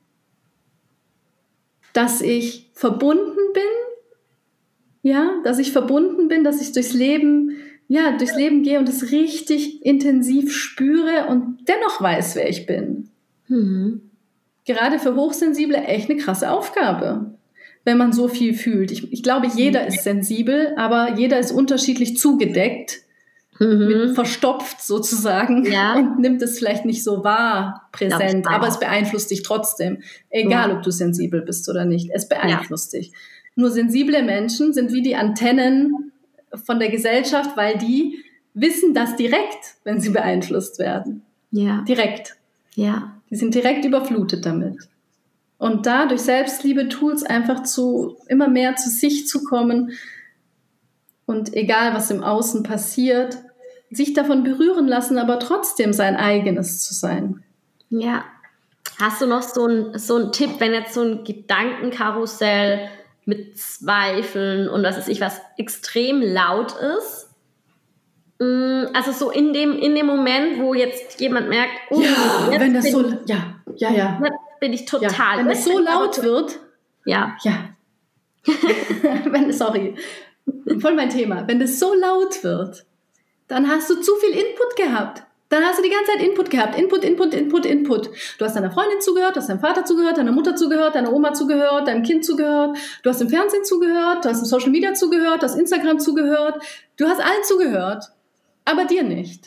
dass ich verbunden bin, dass ich durchs Leben gehe und es richtig intensiv spüre und dennoch weiß, wer ich bin. Gerade für Hochsensible echt eine krasse Aufgabe, wenn man so viel fühlt. Ich glaube, jeder ist sensibel, aber jeder ist unterschiedlich zugedeckt, verstopft sozusagen und nimmt es vielleicht nicht so wahr, präsent, aber es beeinflusst dich trotzdem, egal ob du sensibel bist oder nicht, es beeinflusst dich. Nur sensible Menschen sind wie die Antennen von der Gesellschaft, weil die wissen das direkt, wenn sie beeinflusst werden. Ja. Direkt. Ja. Die sind direkt überflutet damit. Und da durch Selbstliebe-Tools einfach immer mehr zu sich zu kommen und egal, was im Außen passiert, sich davon berühren lassen, aber trotzdem sein eigenes zu sein. Ja. Hast du noch so einen Tipp, wenn jetzt so ein Gedankenkarussell mit Zweifeln und was extrem laut ist? Also so in dem Moment, wo jetzt jemand merkt, wenn das so, bin ich total. Wenn es so laut wird, voll mein Thema. Wenn es so laut wird, dann hast du zu viel Input gehabt. Dann hast du die ganze Zeit Input gehabt. Input. Du hast deiner Freundin zugehört, du hast deinem Vater zugehört, deiner Mutter zugehört, deiner Oma zugehört, deinem Kind zugehört. Du hast im Fernsehen zugehört, du hast im Social Media zugehört, du hast Instagram zugehört. Du hast allen zugehört, aber dir nicht.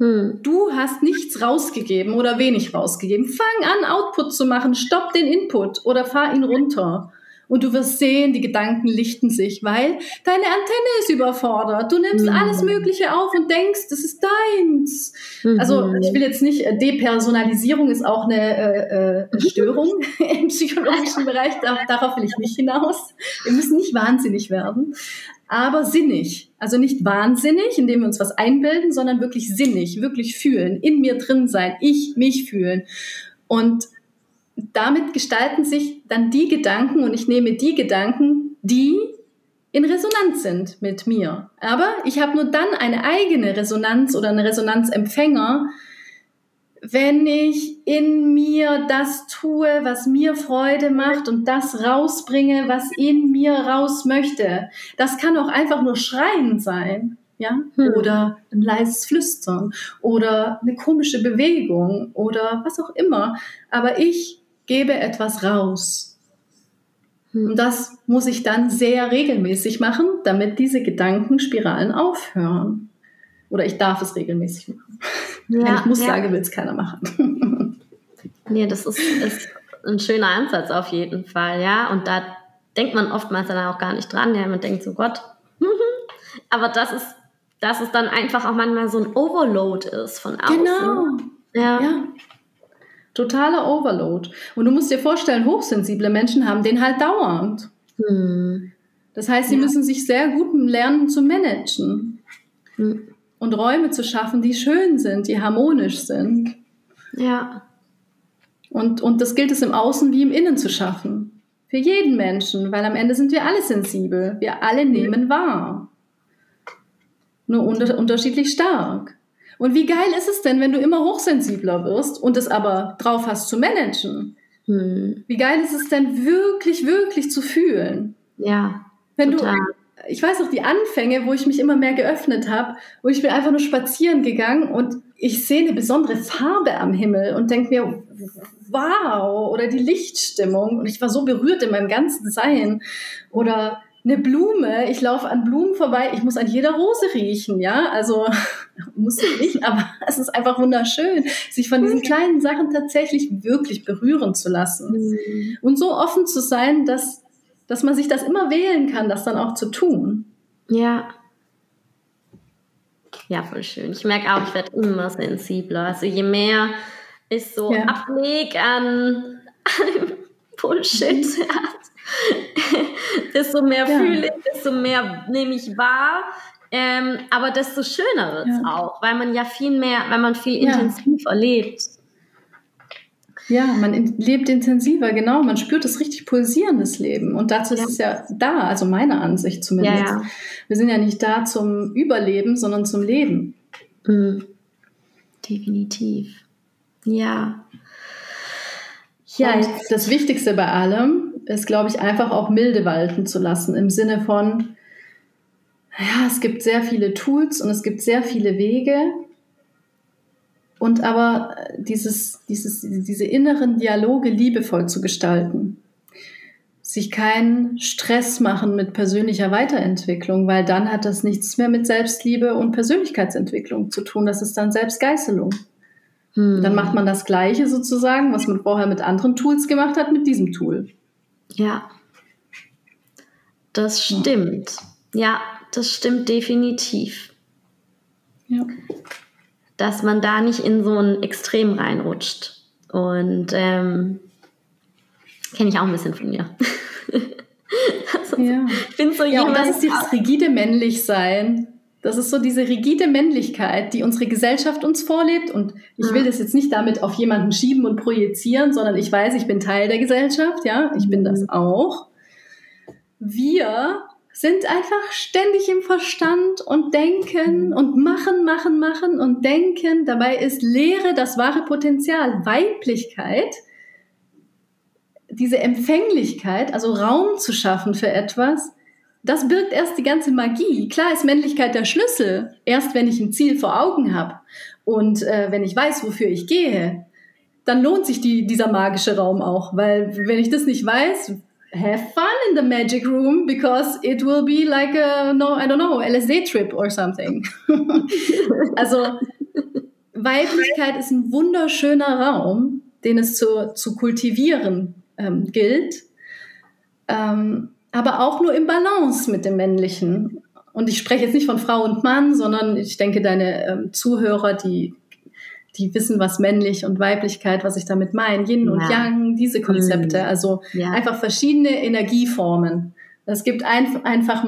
Du hast nichts rausgegeben oder wenig rausgegeben. Fang an, Output zu machen, stopp den Input oder fahr ihn runter. Und du wirst sehen, die Gedanken lichten sich, weil deine Antenne ist überfordert. Du nimmst alles Mögliche auf und denkst, das ist deins. Also ich will jetzt nicht, Depersonalisierung ist auch eine Störung im psychologischen Bereich, darauf will ich nicht hinaus. Wir müssen nicht wahnsinnig werden, aber sinnig. Also nicht wahnsinnig, indem wir uns was einbilden, sondern wirklich sinnig, wirklich fühlen, in mir drin sein, ich, mich fühlen. Und damit gestalten sich dann die Gedanken und ich nehme die Gedanken, die in Resonanz sind mit mir. Aber ich habe nur dann eine eigene Resonanz oder einen Resonanzempfänger, wenn ich in mir das tue, was mir Freude macht und das rausbringe, was in mir raus möchte. Das kann auch einfach nur Schreien sein, ja, oder ein leises Flüstern oder eine komische Bewegung oder was auch immer. Aber ich gebe etwas raus. Und das muss ich dann sehr regelmäßig machen, damit diese Gedankenspiralen aufhören. Oder ich darf es regelmäßig machen. Ja, wenn ich muss sage, will es keiner machen. Nee, das ist ein schöner Ansatz auf jeden Fall, ja. Und da denkt man oftmals dann auch gar nicht dran. Ja, man denkt so, Gott. Aber dass es dann einfach auch manchmal so ein Overload ist von außen. Genau. Ja. Totaler Overload. Und du musst dir vorstellen, hochsensible Menschen haben den halt dauernd. Das heißt, sie müssen sich sehr gut lernen zu managen. Und Räume zu schaffen, die schön sind, die harmonisch sind. Ja. Und das gilt es im Außen wie im Innen zu schaffen. Für jeden Menschen, weil am Ende sind wir alle sensibel. Wir alle nehmen wahr. Nur unterschiedlich stark. Und wie geil ist es denn, wenn du immer hochsensibler wirst und es aber drauf hast zu managen? Wie geil ist es denn, wirklich, wirklich zu fühlen? Ja, wenn total. Ich weiß auch die Anfänge, wo ich mich immer mehr geöffnet habe, wo ich bin einfach nur spazieren gegangen und ich sehe eine besondere Farbe am Himmel und denke mir, wow, oder die Lichtstimmung. Und ich war so berührt in meinem ganzen Sein. Oder eine Blume, ich laufe an Blumen vorbei, ich muss an jeder Rose riechen, ja, also muss ich nicht, aber es ist einfach wunderschön, sich von diesen kleinen Sachen tatsächlich wirklich berühren zu lassen und so offen zu sein, dass man sich das immer wählen kann, das dann auch zu tun. Ja. Ja, voll schön. Ich merke auch, ich werde immer sensibler, also je mehr ich so ablege an Bullshit, desto mehr fühle ich, desto mehr nehme ich wahr, aber desto schöner wird es auch, weil man viel intensiver lebt. Ja, man lebt intensiver, genau, man spürt das richtig pulsierendes Leben und dazu ist es ja da, also meiner Ansicht zumindest. Ja. Wir sind ja nicht da zum Überleben, sondern zum Leben. Definitiv. Ja. Ja, das Wichtigste bei allem ist, glaube ich, einfach auch Milde walten zu lassen, im Sinne von, ja, es gibt sehr viele Tools und es gibt sehr viele Wege und aber diese inneren Dialoge liebevoll zu gestalten. Sich keinen Stress machen mit persönlicher Weiterentwicklung, weil dann hat das nichts mehr mit Selbstliebe und Persönlichkeitsentwicklung zu tun, das ist dann Selbstgeißelung. Dann macht man das Gleiche sozusagen, was man vorher mit anderen Tools gemacht hat, mit diesem Tool. Ja, das stimmt. Ja, das stimmt definitiv. Ja. Dass man da nicht in so ein Extrem reinrutscht. Und kenne ich auch ein bisschen von mir. Ich bin so jemand. Und das ist dieses rigide Männlichsein. Das ist so diese rigide Männlichkeit, die unsere Gesellschaft uns vorlebt. Und ich will das jetzt nicht damit auf jemanden schieben und projizieren, sondern ich weiß, ich bin Teil der Gesellschaft. Ja, ich bin das auch. Wir sind einfach ständig im Verstand und denken und machen und denken. Dabei ist Leere das wahre Potenzial. Weiblichkeit, diese Empfänglichkeit, also Raum zu schaffen für etwas, das birgt erst die ganze Magie. Klar ist Männlichkeit der Schlüssel. Erst wenn ich ein Ziel vor Augen habe und wenn ich weiß, wofür ich gehe, dann lohnt sich dieser magische Raum auch. Weil wenn ich das nicht weiß, have fun in the magic room because it will be like a, LSD trip or something. Also Weiblichkeit ist ein wunderschöner Raum, den es zu kultivieren gilt, aber auch nur im Balance mit dem Männlichen. Und ich spreche jetzt nicht von Frau und Mann, sondern ich denke, deine Zuhörer, die wissen, was männlich und Weiblichkeit, was ich damit meine, Yin und Yang, diese Konzepte, also einfach verschiedene Energieformen. Es gibt einfach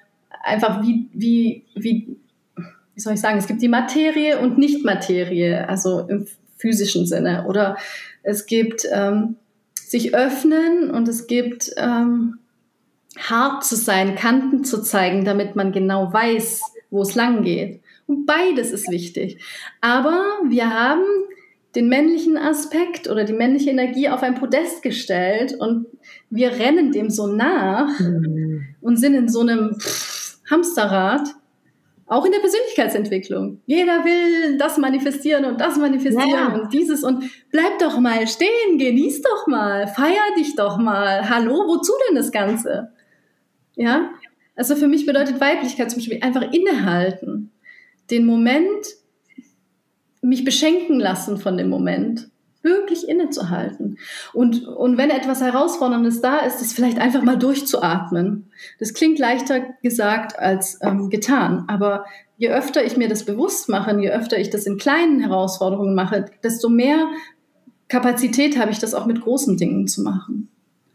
wie soll ich sagen, es gibt die Materie und Nicht-Materie, also im physischen Sinne. Oder es gibt sich öffnen und es gibt hart zu sein, Kanten zu zeigen, damit man genau weiß, wo es lang geht. Und beides ist wichtig. Aber wir haben den männlichen Aspekt oder die männliche Energie auf ein Podest gestellt und wir rennen dem so nach und sind in so einem Hamsterrad, auch in der Persönlichkeitsentwicklung. Jeder will das manifestieren und und dieses und bleib doch mal stehen, genieß doch mal, feier dich doch mal. Hallo, wozu denn das Ganze? Ja, also für mich bedeutet Weiblichkeit zum Beispiel einfach innehalten, den Moment, mich beschenken lassen von dem Moment, wirklich innezuhalten. Und wenn etwas Herausforderndes da ist, das vielleicht einfach mal durchzuatmen. Das klingt leichter gesagt als getan, aber je öfter ich mir das bewusst mache, je öfter ich das in kleinen Herausforderungen mache, desto mehr Kapazität habe ich, das auch mit großen Dingen zu machen.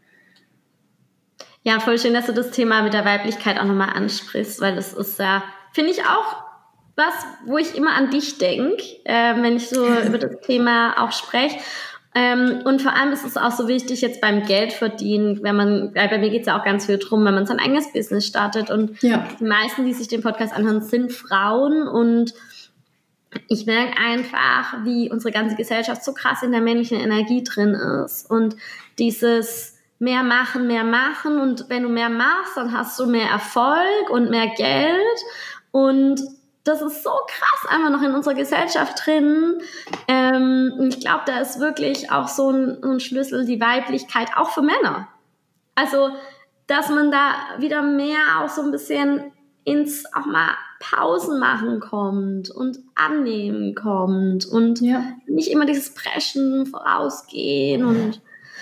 Ja, voll schön, dass du das Thema mit der Weiblichkeit auch nochmal ansprichst, weil das ist ja, finde ich auch was, wo ich immer an dich denke, wenn ich so über das Thema auch spreche. Und vor allem ist es auch so wichtig jetzt beim Geldverdienen, weil bei mir geht es ja auch ganz viel drum, wenn man sein eigenes Business startet. Und die meisten, die sich den Podcast anhören, sind Frauen. Und ich merke einfach, wie unsere ganze Gesellschaft so krass in der männlichen Energie drin ist. Und dieses mehr machen. Und wenn du mehr machst, dann hast du mehr Erfolg und mehr Geld. Und das ist so krass einfach noch in unserer Gesellschaft drin. Ich glaube, da ist wirklich auch so ein Schlüssel, die Weiblichkeit, auch für Männer. Also, dass man da wieder mehr auch so ein bisschen ins auch mal Pausen machen kommt und annehmen kommt und nicht immer dieses Preschen vorausgehen und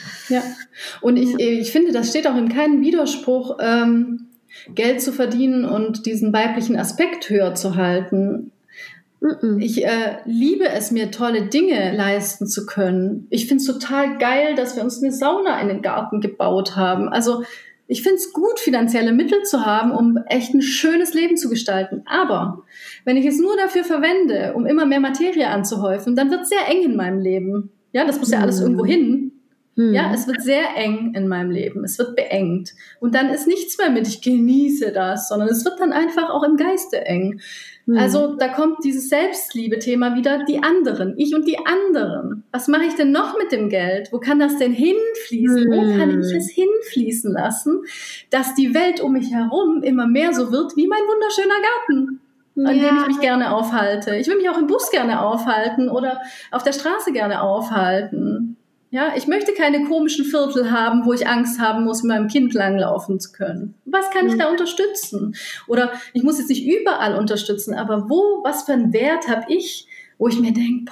ich finde, das steht auch in keinem Widerspruch, Geld zu verdienen und diesen weiblichen Aspekt höher zu halten. Ich liebe es, mir tolle Dinge leisten zu können. Ich finde es total geil, dass wir uns eine Sauna in den Garten gebaut haben. Also ich finde es gut, finanzielle Mittel zu haben, um echt ein schönes Leben zu gestalten. Aber wenn ich es nur dafür verwende, um immer mehr Materie anzuhäufen, dann wird es sehr eng in meinem Leben. Ja, das muss ja alles irgendwo hin. Ja, es wird sehr eng in meinem Leben. Es wird beengt. Und dann ist nichts mehr mit, ich genieße das, sondern es wird dann einfach auch im Geiste eng. Also da kommt dieses Selbstliebe-Thema wieder, die anderen, ich und die anderen. Was mache ich denn noch mit dem Geld? Wo kann das denn hinfließen? Wo kann ich es hinfließen lassen, dass die Welt um mich herum immer mehr so wird wie mein wunderschöner Garten, an dem ich mich gerne aufhalte. Ich will mich auch im Bus gerne aufhalten oder auf der Straße gerne aufhalten. Ja, ich möchte keine komischen Viertel haben, wo ich Angst haben muss, mit meinem Kind langlaufen zu können. Was kann ich da unterstützen? Oder ich muss jetzt nicht überall unterstützen, aber was für einen Wert habe ich, wo ich mir denke,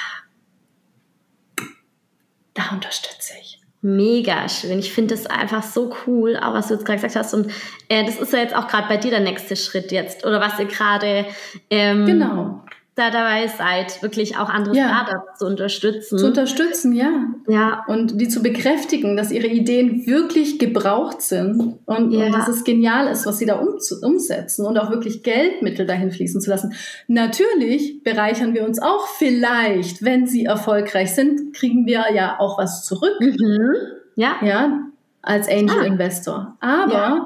da unterstütze ich. Mega schön. Ich finde das einfach so cool, auch was du jetzt gerade gesagt hast. Und das ist ja jetzt auch gerade bei dir der nächste Schritt jetzt. Oder was ihr gerade da dabei seid, wirklich auch andere Startups zu unterstützen. Zu unterstützen, ja. Und die zu bekräftigen, dass ihre Ideen wirklich gebraucht sind und dass es genial ist, was sie da umsetzen und auch wirklich Geldmittel dahin fließen zu lassen. Natürlich bereichern wir uns auch vielleicht, wenn sie erfolgreich sind, kriegen wir ja auch was zurück. Ja, als Angel Investor. Aber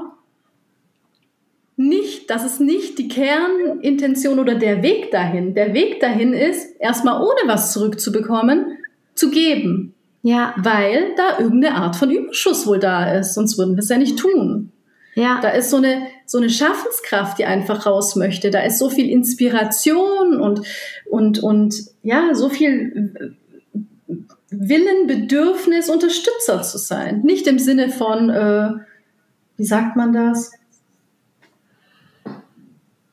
das ist nicht die Kernintention oder der Weg dahin. Der Weg dahin ist, erstmal ohne was zurückzubekommen, zu geben. Ja. Weil da irgendeine Art von Überschuss wohl da ist, sonst würden wir es ja nicht tun. Ja. Da ist so eine Schaffenskraft, die einfach raus möchte. Da ist so viel Inspiration und so viel Willen, Bedürfnis, Unterstützer zu sein. Nicht im Sinne von, wie sagt man das?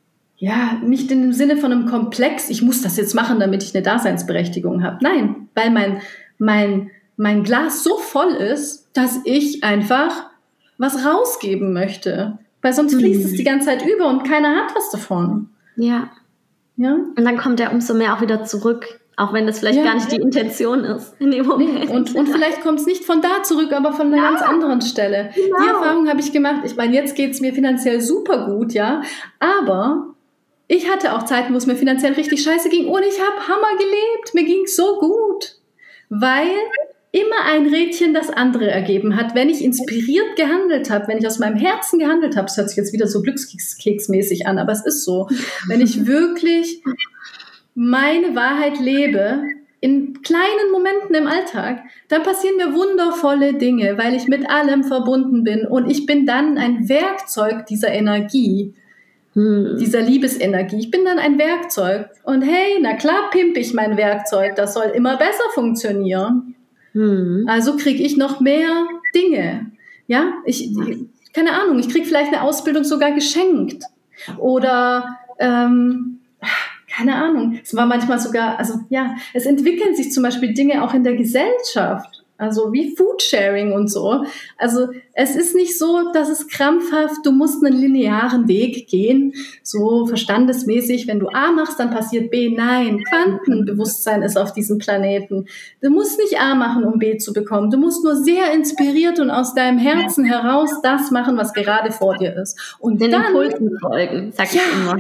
ja, nicht in dem Sinne von einem Komplex, ich muss das jetzt machen, damit ich eine Daseinsberechtigung habe. Nein, weil mein Glas so voll ist, dass ich einfach was rausgeben möchte. Weil sonst fließt es die ganze Zeit über und keiner hat was davon. Ja. Ja. Und dann kommt er umso mehr auch wieder zurück, auch wenn das vielleicht gar nicht die Intention ist in dem Moment. Nee. Und vielleicht kommt es nicht von da zurück, aber von einer ganz anderen Stelle. Genau. Die Erfahrung habe ich gemacht. Ich meine, jetzt geht es mir finanziell super gut, ja. Aber ich hatte auch Zeiten, wo es mir finanziell richtig scheiße ging und ich habe Hammer gelebt. Mir ging es so gut, weil immer ein Rädchen das andere ergeben hat, wenn ich inspiriert gehandelt habe, wenn ich aus meinem Herzen gehandelt habe. Das hört sich jetzt wieder so glückskeksmäßig an, aber es ist so. Wenn ich wirklich meine Wahrheit lebe, in kleinen Momenten im Alltag, dann passieren mir wundervolle Dinge, weil ich mit allem verbunden bin und ich bin dann ein Werkzeug dieser Energie. Dieser Liebesenergie. Ich bin dann ein Werkzeug. Und hey, na klar pimpe ich mein Werkzeug. Das soll immer besser funktionieren. Also kriege ich noch mehr Dinge. Ja, keine Ahnung, ich kriege vielleicht eine Ausbildung sogar geschenkt. Oder, keine Ahnung. Es war manchmal sogar, also ja, es entwickeln sich zum Beispiel Dinge auch in der Gesellschaft. Also wie Foodsharing und so. Also es ist nicht so, dass es krampfhaft, du musst einen linearen Weg gehen, so verstandesmäßig, wenn du A machst, dann passiert B. Nein, Quantenbewusstsein ist auf diesem Planeten. Du musst nicht A machen, um B zu bekommen. Du musst nur sehr inspiriert und aus deinem Herzen heraus das machen, was gerade vor dir ist. Und den dann Impulsen folgen, sag ich immer.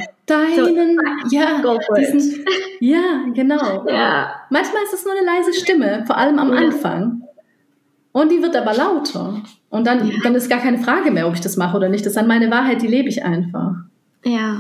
Ja, genau. Ja. Manchmal ist es nur eine leise Stimme, vor allem am Anfang. Und die wird aber lauter. Und dann ist gar keine Frage mehr, ob ich das mache oder nicht. Das ist dann meine Wahrheit, die lebe ich einfach. Ja.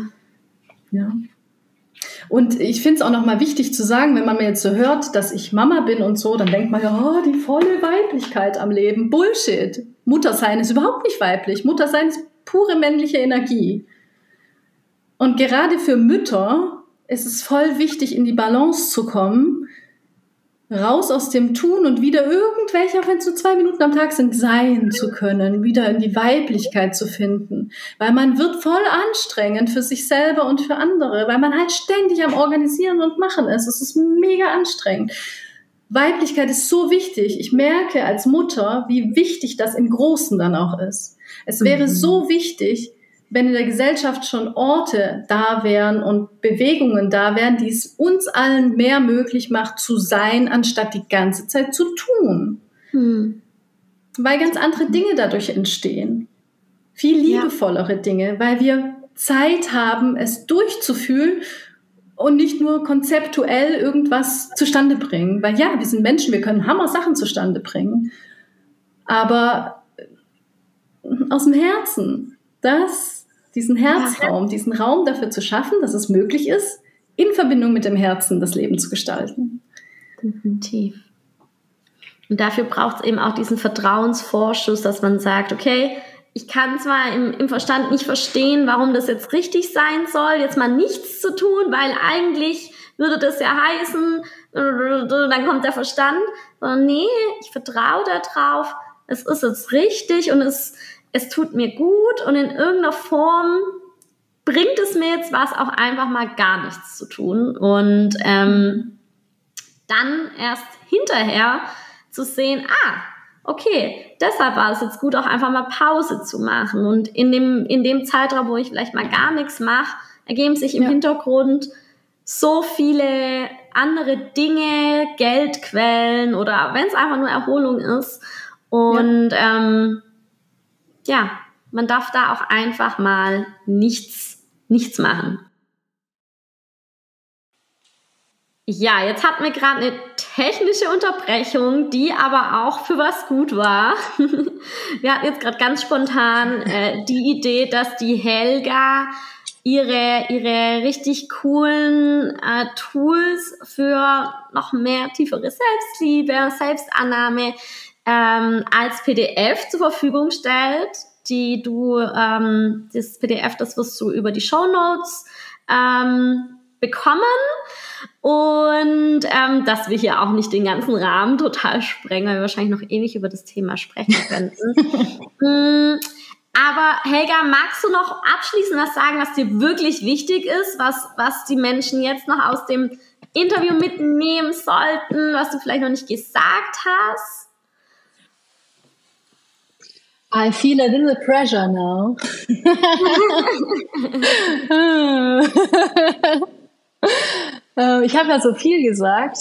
Und ich finde es auch nochmal wichtig zu sagen, wenn man mir jetzt so hört, dass ich Mama bin und so, dann denkt man ja, oh, die volle Weiblichkeit am Leben. Bullshit. Muttersein ist überhaupt nicht weiblich. Muttersein ist pure männliche Energie. Und gerade für Mütter ist es voll wichtig, in die Balance zu kommen, raus aus dem Tun und wieder irgendwelche, auch wenn es nur 2 Minuten am Tag sind, sein zu können, wieder in die Weiblichkeit zu finden. Weil man wird voll anstrengend für sich selber und für andere, weil man halt ständig am Organisieren und Machen ist. Es ist mega anstrengend. Weiblichkeit ist so wichtig. Ich merke als Mutter, wie wichtig das im Großen dann auch ist. Es wäre so wichtig, wenn in der Gesellschaft schon Orte da wären und Bewegungen da wären, die es uns allen mehr möglich macht zu sein, anstatt die ganze Zeit zu tun. Weil ganz andere Dinge dadurch entstehen. Viel liebevollere Dinge, weil wir Zeit haben, es durchzufühlen und nicht nur konzeptuell irgendwas zustande bringen. Weil ja, wir sind Menschen, wir können Hammer-Sachen zustande bringen. Aber aus dem Herzen, diesen Herzraum, diesen Raum dafür zu schaffen, dass es möglich ist, in Verbindung mit dem Herzen das Leben zu gestalten. Definitiv. Und dafür braucht es eben auch diesen Vertrauensvorschuss, dass man sagt, okay, ich kann zwar im Verstand nicht verstehen, warum das jetzt richtig sein soll, jetzt mal nichts zu tun, weil eigentlich würde das ja heißen, dann kommt der Verstand, sondern nee, ich vertraue da drauf, es ist jetzt richtig und es tut mir gut und in irgendeiner Form bringt es mir jetzt was, auch einfach mal gar nichts zu tun. Und dann erst hinterher zu sehen, okay, deshalb war es jetzt gut, auch einfach mal Pause zu machen. Und in dem Zeitraum, wo ich vielleicht mal gar nichts mache, ergeben sich im Hintergrund so viele andere Dinge, Geldquellen oder wenn es einfach nur Erholung ist. Und man darf da auch einfach mal nichts machen. Ja, jetzt hatten wir gerade eine technische Unterbrechung, die aber auch für was gut war. Wir hatten jetzt gerade ganz spontan die Idee, dass die Helga ihre richtig coolen Tools für noch mehr tiefere Selbstliebe, Selbstannahme als PDF zur Verfügung stellt, das PDF, das wirst du über die Shownotes bekommen und dass wir hier auch nicht den ganzen Rahmen total sprengen, weil wir wahrscheinlich noch ewig über das Thema sprechen könnten. Aber Helga, magst du noch abschließend was sagen, was dir wirklich wichtig ist, was die Menschen jetzt noch aus dem Interview mitnehmen sollten, was du vielleicht noch nicht gesagt hast? I feel a little pressure now. Ich habe ja so viel gesagt.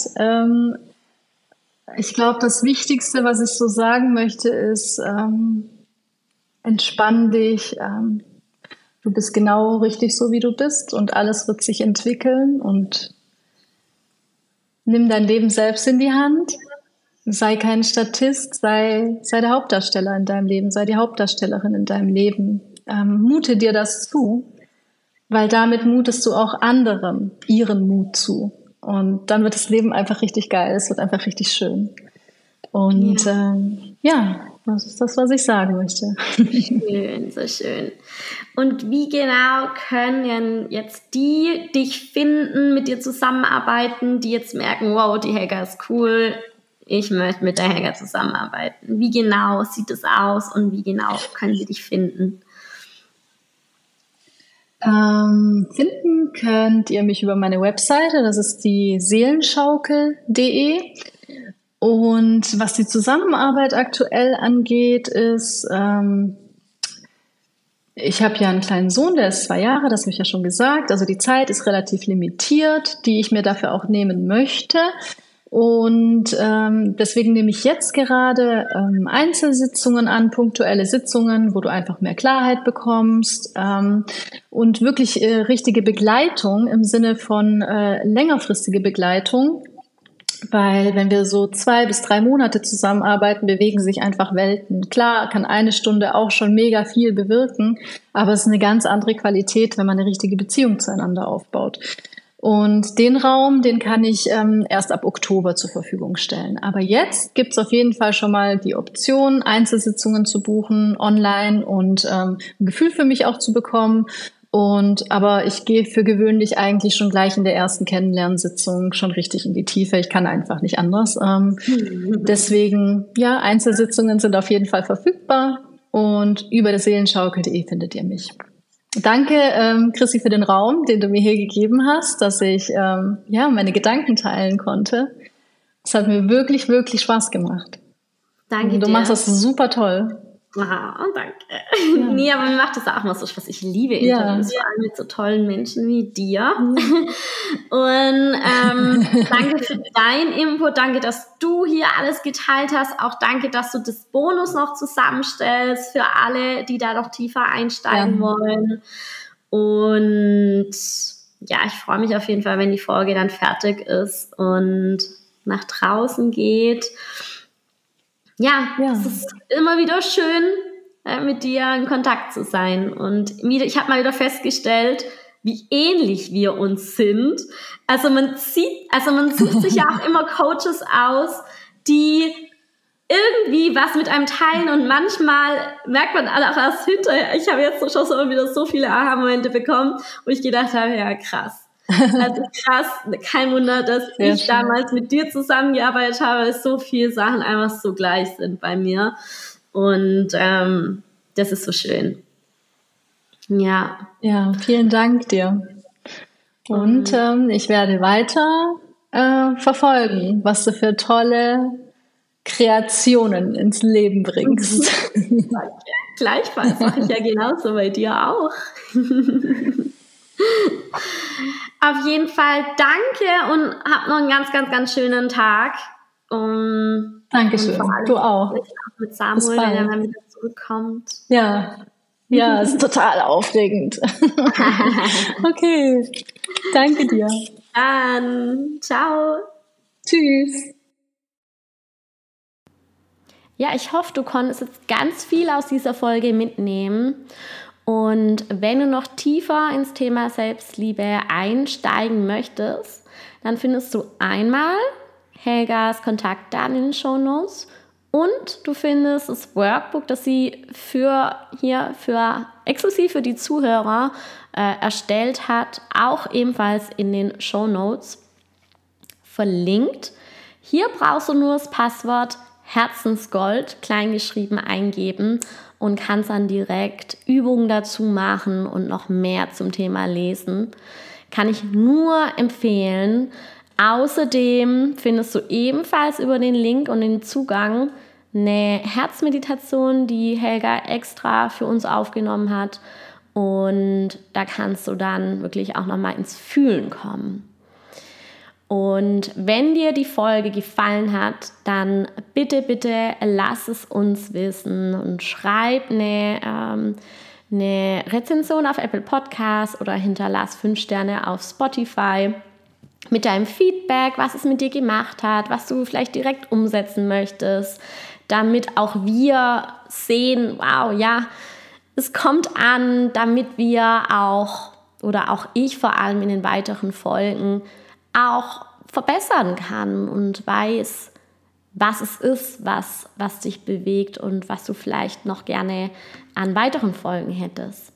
Ich glaube, das Wichtigste, was ich so sagen möchte, ist, entspann dich. Du bist genau richtig so, wie du bist, und alles wird sich entwickeln, und nimm dein Leben selbst in die Hand. Sei kein Statist, sei der Hauptdarsteller in deinem Leben, sei die Hauptdarstellerin in deinem Leben. Mute dir das zu, weil damit mutest du auch anderen ihren Mut zu. Und dann wird das Leben einfach richtig geil, es wird einfach richtig schön. Und das ist das, was ich sagen möchte. Schön, so schön. Und wie genau können jetzt die dich finden, mit dir zusammenarbeiten, die jetzt merken, wow, die Helga ist cool, ich möchte mit der Helga zusammenarbeiten. Wie genau sieht es aus und wie genau können sie dich finden? Finden könnt ihr mich über meine Webseite, das ist die seelenschaukel.de. Und was die Zusammenarbeit aktuell angeht, ist, ich habe ja einen kleinen Sohn, der ist 2 Jahre, das habe ich ja schon gesagt. Also die Zeit ist relativ limitiert, die ich mir dafür auch nehmen möchte. Und deswegen nehme ich jetzt gerade Einzelsitzungen an, punktuelle Sitzungen, wo du einfach mehr Klarheit bekommst und wirklich richtige Begleitung im Sinne von längerfristige Begleitung. Weil wenn wir so 2 bis 3 Monate zusammenarbeiten, bewegen sich einfach Welten. Klar, kann eine Stunde auch schon mega viel bewirken, aber es ist eine ganz andere Qualität, wenn man eine richtige Beziehung zueinander aufbaut. Und den Raum, den kann ich erst ab Oktober zur Verfügung stellen. Aber jetzt gibt's auf jeden Fall schon mal die Option, Einzelsitzungen zu buchen, online, und ein Gefühl für mich auch zu bekommen. Aber ich gehe für gewöhnlich eigentlich schon gleich in der ersten Kennenlernsitzung schon richtig in die Tiefe. Ich kann einfach nicht anders. Deswegen, ja, Einzelsitzungen sind auf jeden Fall verfügbar, und über das seelenschaukel.de findet ihr mich. Danke, Chrissy, für den Raum, den du mir hier gegeben hast, dass ich meine Gedanken teilen konnte. Es hat mir wirklich, wirklich Spaß gemacht. Danke dir. Du machst das super toll. Wow, danke. Ja. Nee, aber mir macht das auch mal so Spaß. Ich liebe Interviews, vor allem mit so tollen Menschen wie dir. Und danke für dein Input, danke, dass du hier alles geteilt hast. Auch danke, dass du das Bonus noch zusammenstellst für alle, die da noch tiefer einsteigen wollen. Und ja, ich freue mich auf jeden Fall, wenn die Folge dann fertig ist und nach draußen geht. Ja, es ist immer wieder schön, mit dir in Kontakt zu sein. Und ich habe mal wieder festgestellt, wie ähnlich wir uns sind. Also man sucht sich ja auch immer Coaches aus, die irgendwie was mit einem teilen, und manchmal merkt man auch erst hinterher. Ich habe jetzt schon so wieder so viele Aha-Momente bekommen, wo ich gedacht habe, ja krass. Also krass, kein Wunder, dass ich damals mit dir zusammengearbeitet habe, weil so viele Sachen einfach so gleich sind bei mir. Und das ist so schön. Ja. Ja, vielen Dank dir. Und ich werde weiter verfolgen, was du für tolle Kreationen ins Leben bringst. Gleichfalls mache ich ja genauso bei dir auch. Auf jeden Fall danke und hab noch einen ganz, ganz, ganz schönen Tag. Dankeschön, du auch. Mit Samuel, wenn er dann wieder zurückkommt. Ja, ist total aufregend. Okay, danke dir. Dann, ciao. Tschüss. Ja, ich hoffe, du konntest jetzt ganz viel aus dieser Folge mitnehmen. Und wenn du noch tiefer ins Thema Selbstliebe einsteigen möchtest, dann findest du einmal Helgas Kontaktdaten in den Shownotes und du findest das Workbook, das sie exklusiv für die Zuhörer erstellt hat, auch ebenfalls in den Shownotes verlinkt. Hier brauchst du nur das Passwort Herzensgold kleingeschrieben eingeben und kannst dann direkt Übungen dazu machen und noch mehr zum Thema lesen. Kann ich nur empfehlen. Außerdem findest du ebenfalls über den Link und den Zugang eine Herzmeditation, die Helga extra für uns aufgenommen hat. Und da kannst du dann wirklich auch nochmal ins Fühlen kommen. Und wenn dir die Folge gefallen hat, dann bitte lass es uns wissen und schreib eine Rezension auf Apple Podcasts oder hinterlass 5 Sterne auf Spotify mit deinem Feedback, was es mit dir gemacht hat, was du vielleicht direkt umsetzen möchtest, damit auch wir sehen, wow, ja, es kommt an, damit wir auch, oder auch ich vor allem in den weiteren Folgen, auch verbessern kann und weiß, was es ist, was dich bewegt und was du vielleicht noch gerne an weiteren Folgen hättest.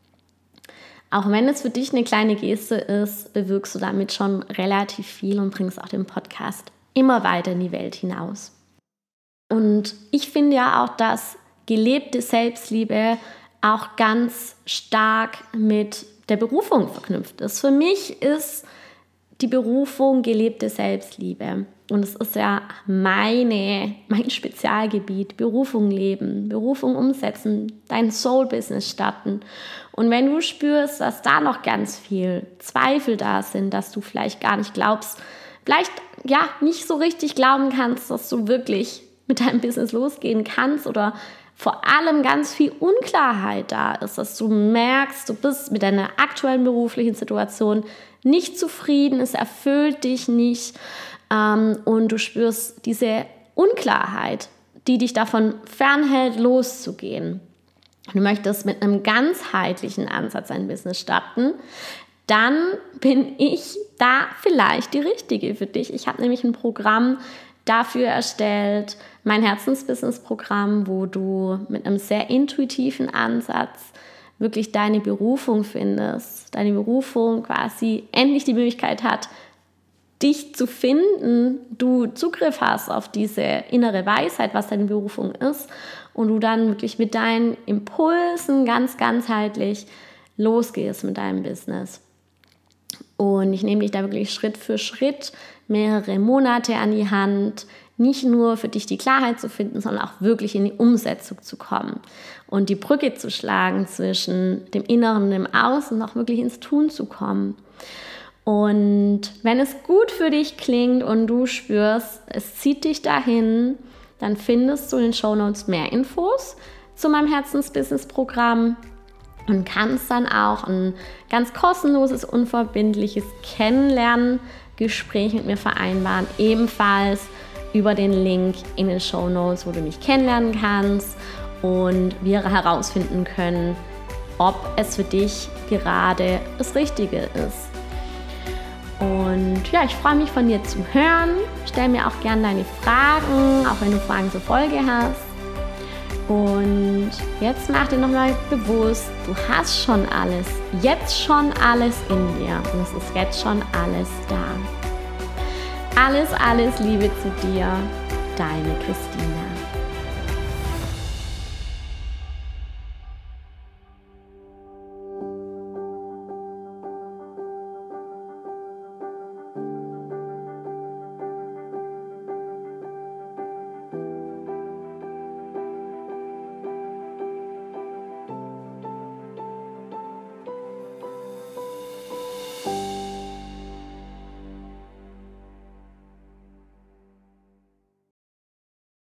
Auch wenn es für dich eine kleine Geste ist, bewirkst du damit schon relativ viel und bringst auch den Podcast immer weiter in die Welt hinaus. Und ich finde ja auch, dass gelebte Selbstliebe auch ganz stark mit der Berufung verknüpft ist. Für mich ist die Berufung gelebte Selbstliebe. Und es ist ja mein Spezialgebiet. Berufung leben, Berufung umsetzen, dein Soul-Business starten. Und wenn du spürst, dass da noch ganz viel Zweifel da sind, dass du vielleicht gar nicht glaubst, vielleicht ja nicht so richtig glauben kannst, dass du wirklich mit deinem Business losgehen kannst oder vor allem ganz viel Unklarheit da ist, dass du merkst, du bist mit deiner aktuellen beruflichen Situation nicht zufrieden, es erfüllt dich nicht und du spürst diese Unklarheit, die dich davon fernhält, loszugehen. Du möchtest mit einem ganzheitlichen Ansatz ein Business starten, dann bin ich da vielleicht die Richtige für dich. Ich habe nämlich ein Programm dafür erstellt, mein Herzensbusiness-Programm, wo du mit einem sehr intuitiven Ansatz wirklich deine Berufung findest, deine Berufung quasi endlich die Möglichkeit hat, dich zu finden, du Zugriff hast auf diese innere Weisheit, was deine Berufung ist und du dann wirklich mit deinen Impulsen ganz ganzheitlich losgehst mit deinem Business. Und ich nehme dich da wirklich Schritt für Schritt mehrere Monate an die Hand, nicht nur für dich die Klarheit zu finden, sondern auch wirklich in die Umsetzung zu kommen und die Brücke zu schlagen zwischen dem Inneren und dem Außen, auch wirklich ins Tun zu kommen. Und wenn es gut für dich klingt und du spürst, es zieht dich dahin, dann findest du in den Shownotes mehr Infos zu meinem Herzensbusiness-Programm und kannst dann auch ein ganz kostenloses, unverbindliches Kennenlerngespräch mit mir vereinbaren, ebenfalls über den Link in den Shownotes, wo du mich kennenlernen kannst und wir herausfinden können, ob es für dich gerade das Richtige ist. Und ja, ich freue mich von dir zu hören. Stell mir auch gerne deine Fragen, auch wenn du Fragen zur Folge hast. Und jetzt mach dir nochmal bewusst, du hast schon alles, jetzt schon alles in dir und es ist jetzt schon alles da. Alles Liebe zu dir, deine Christina.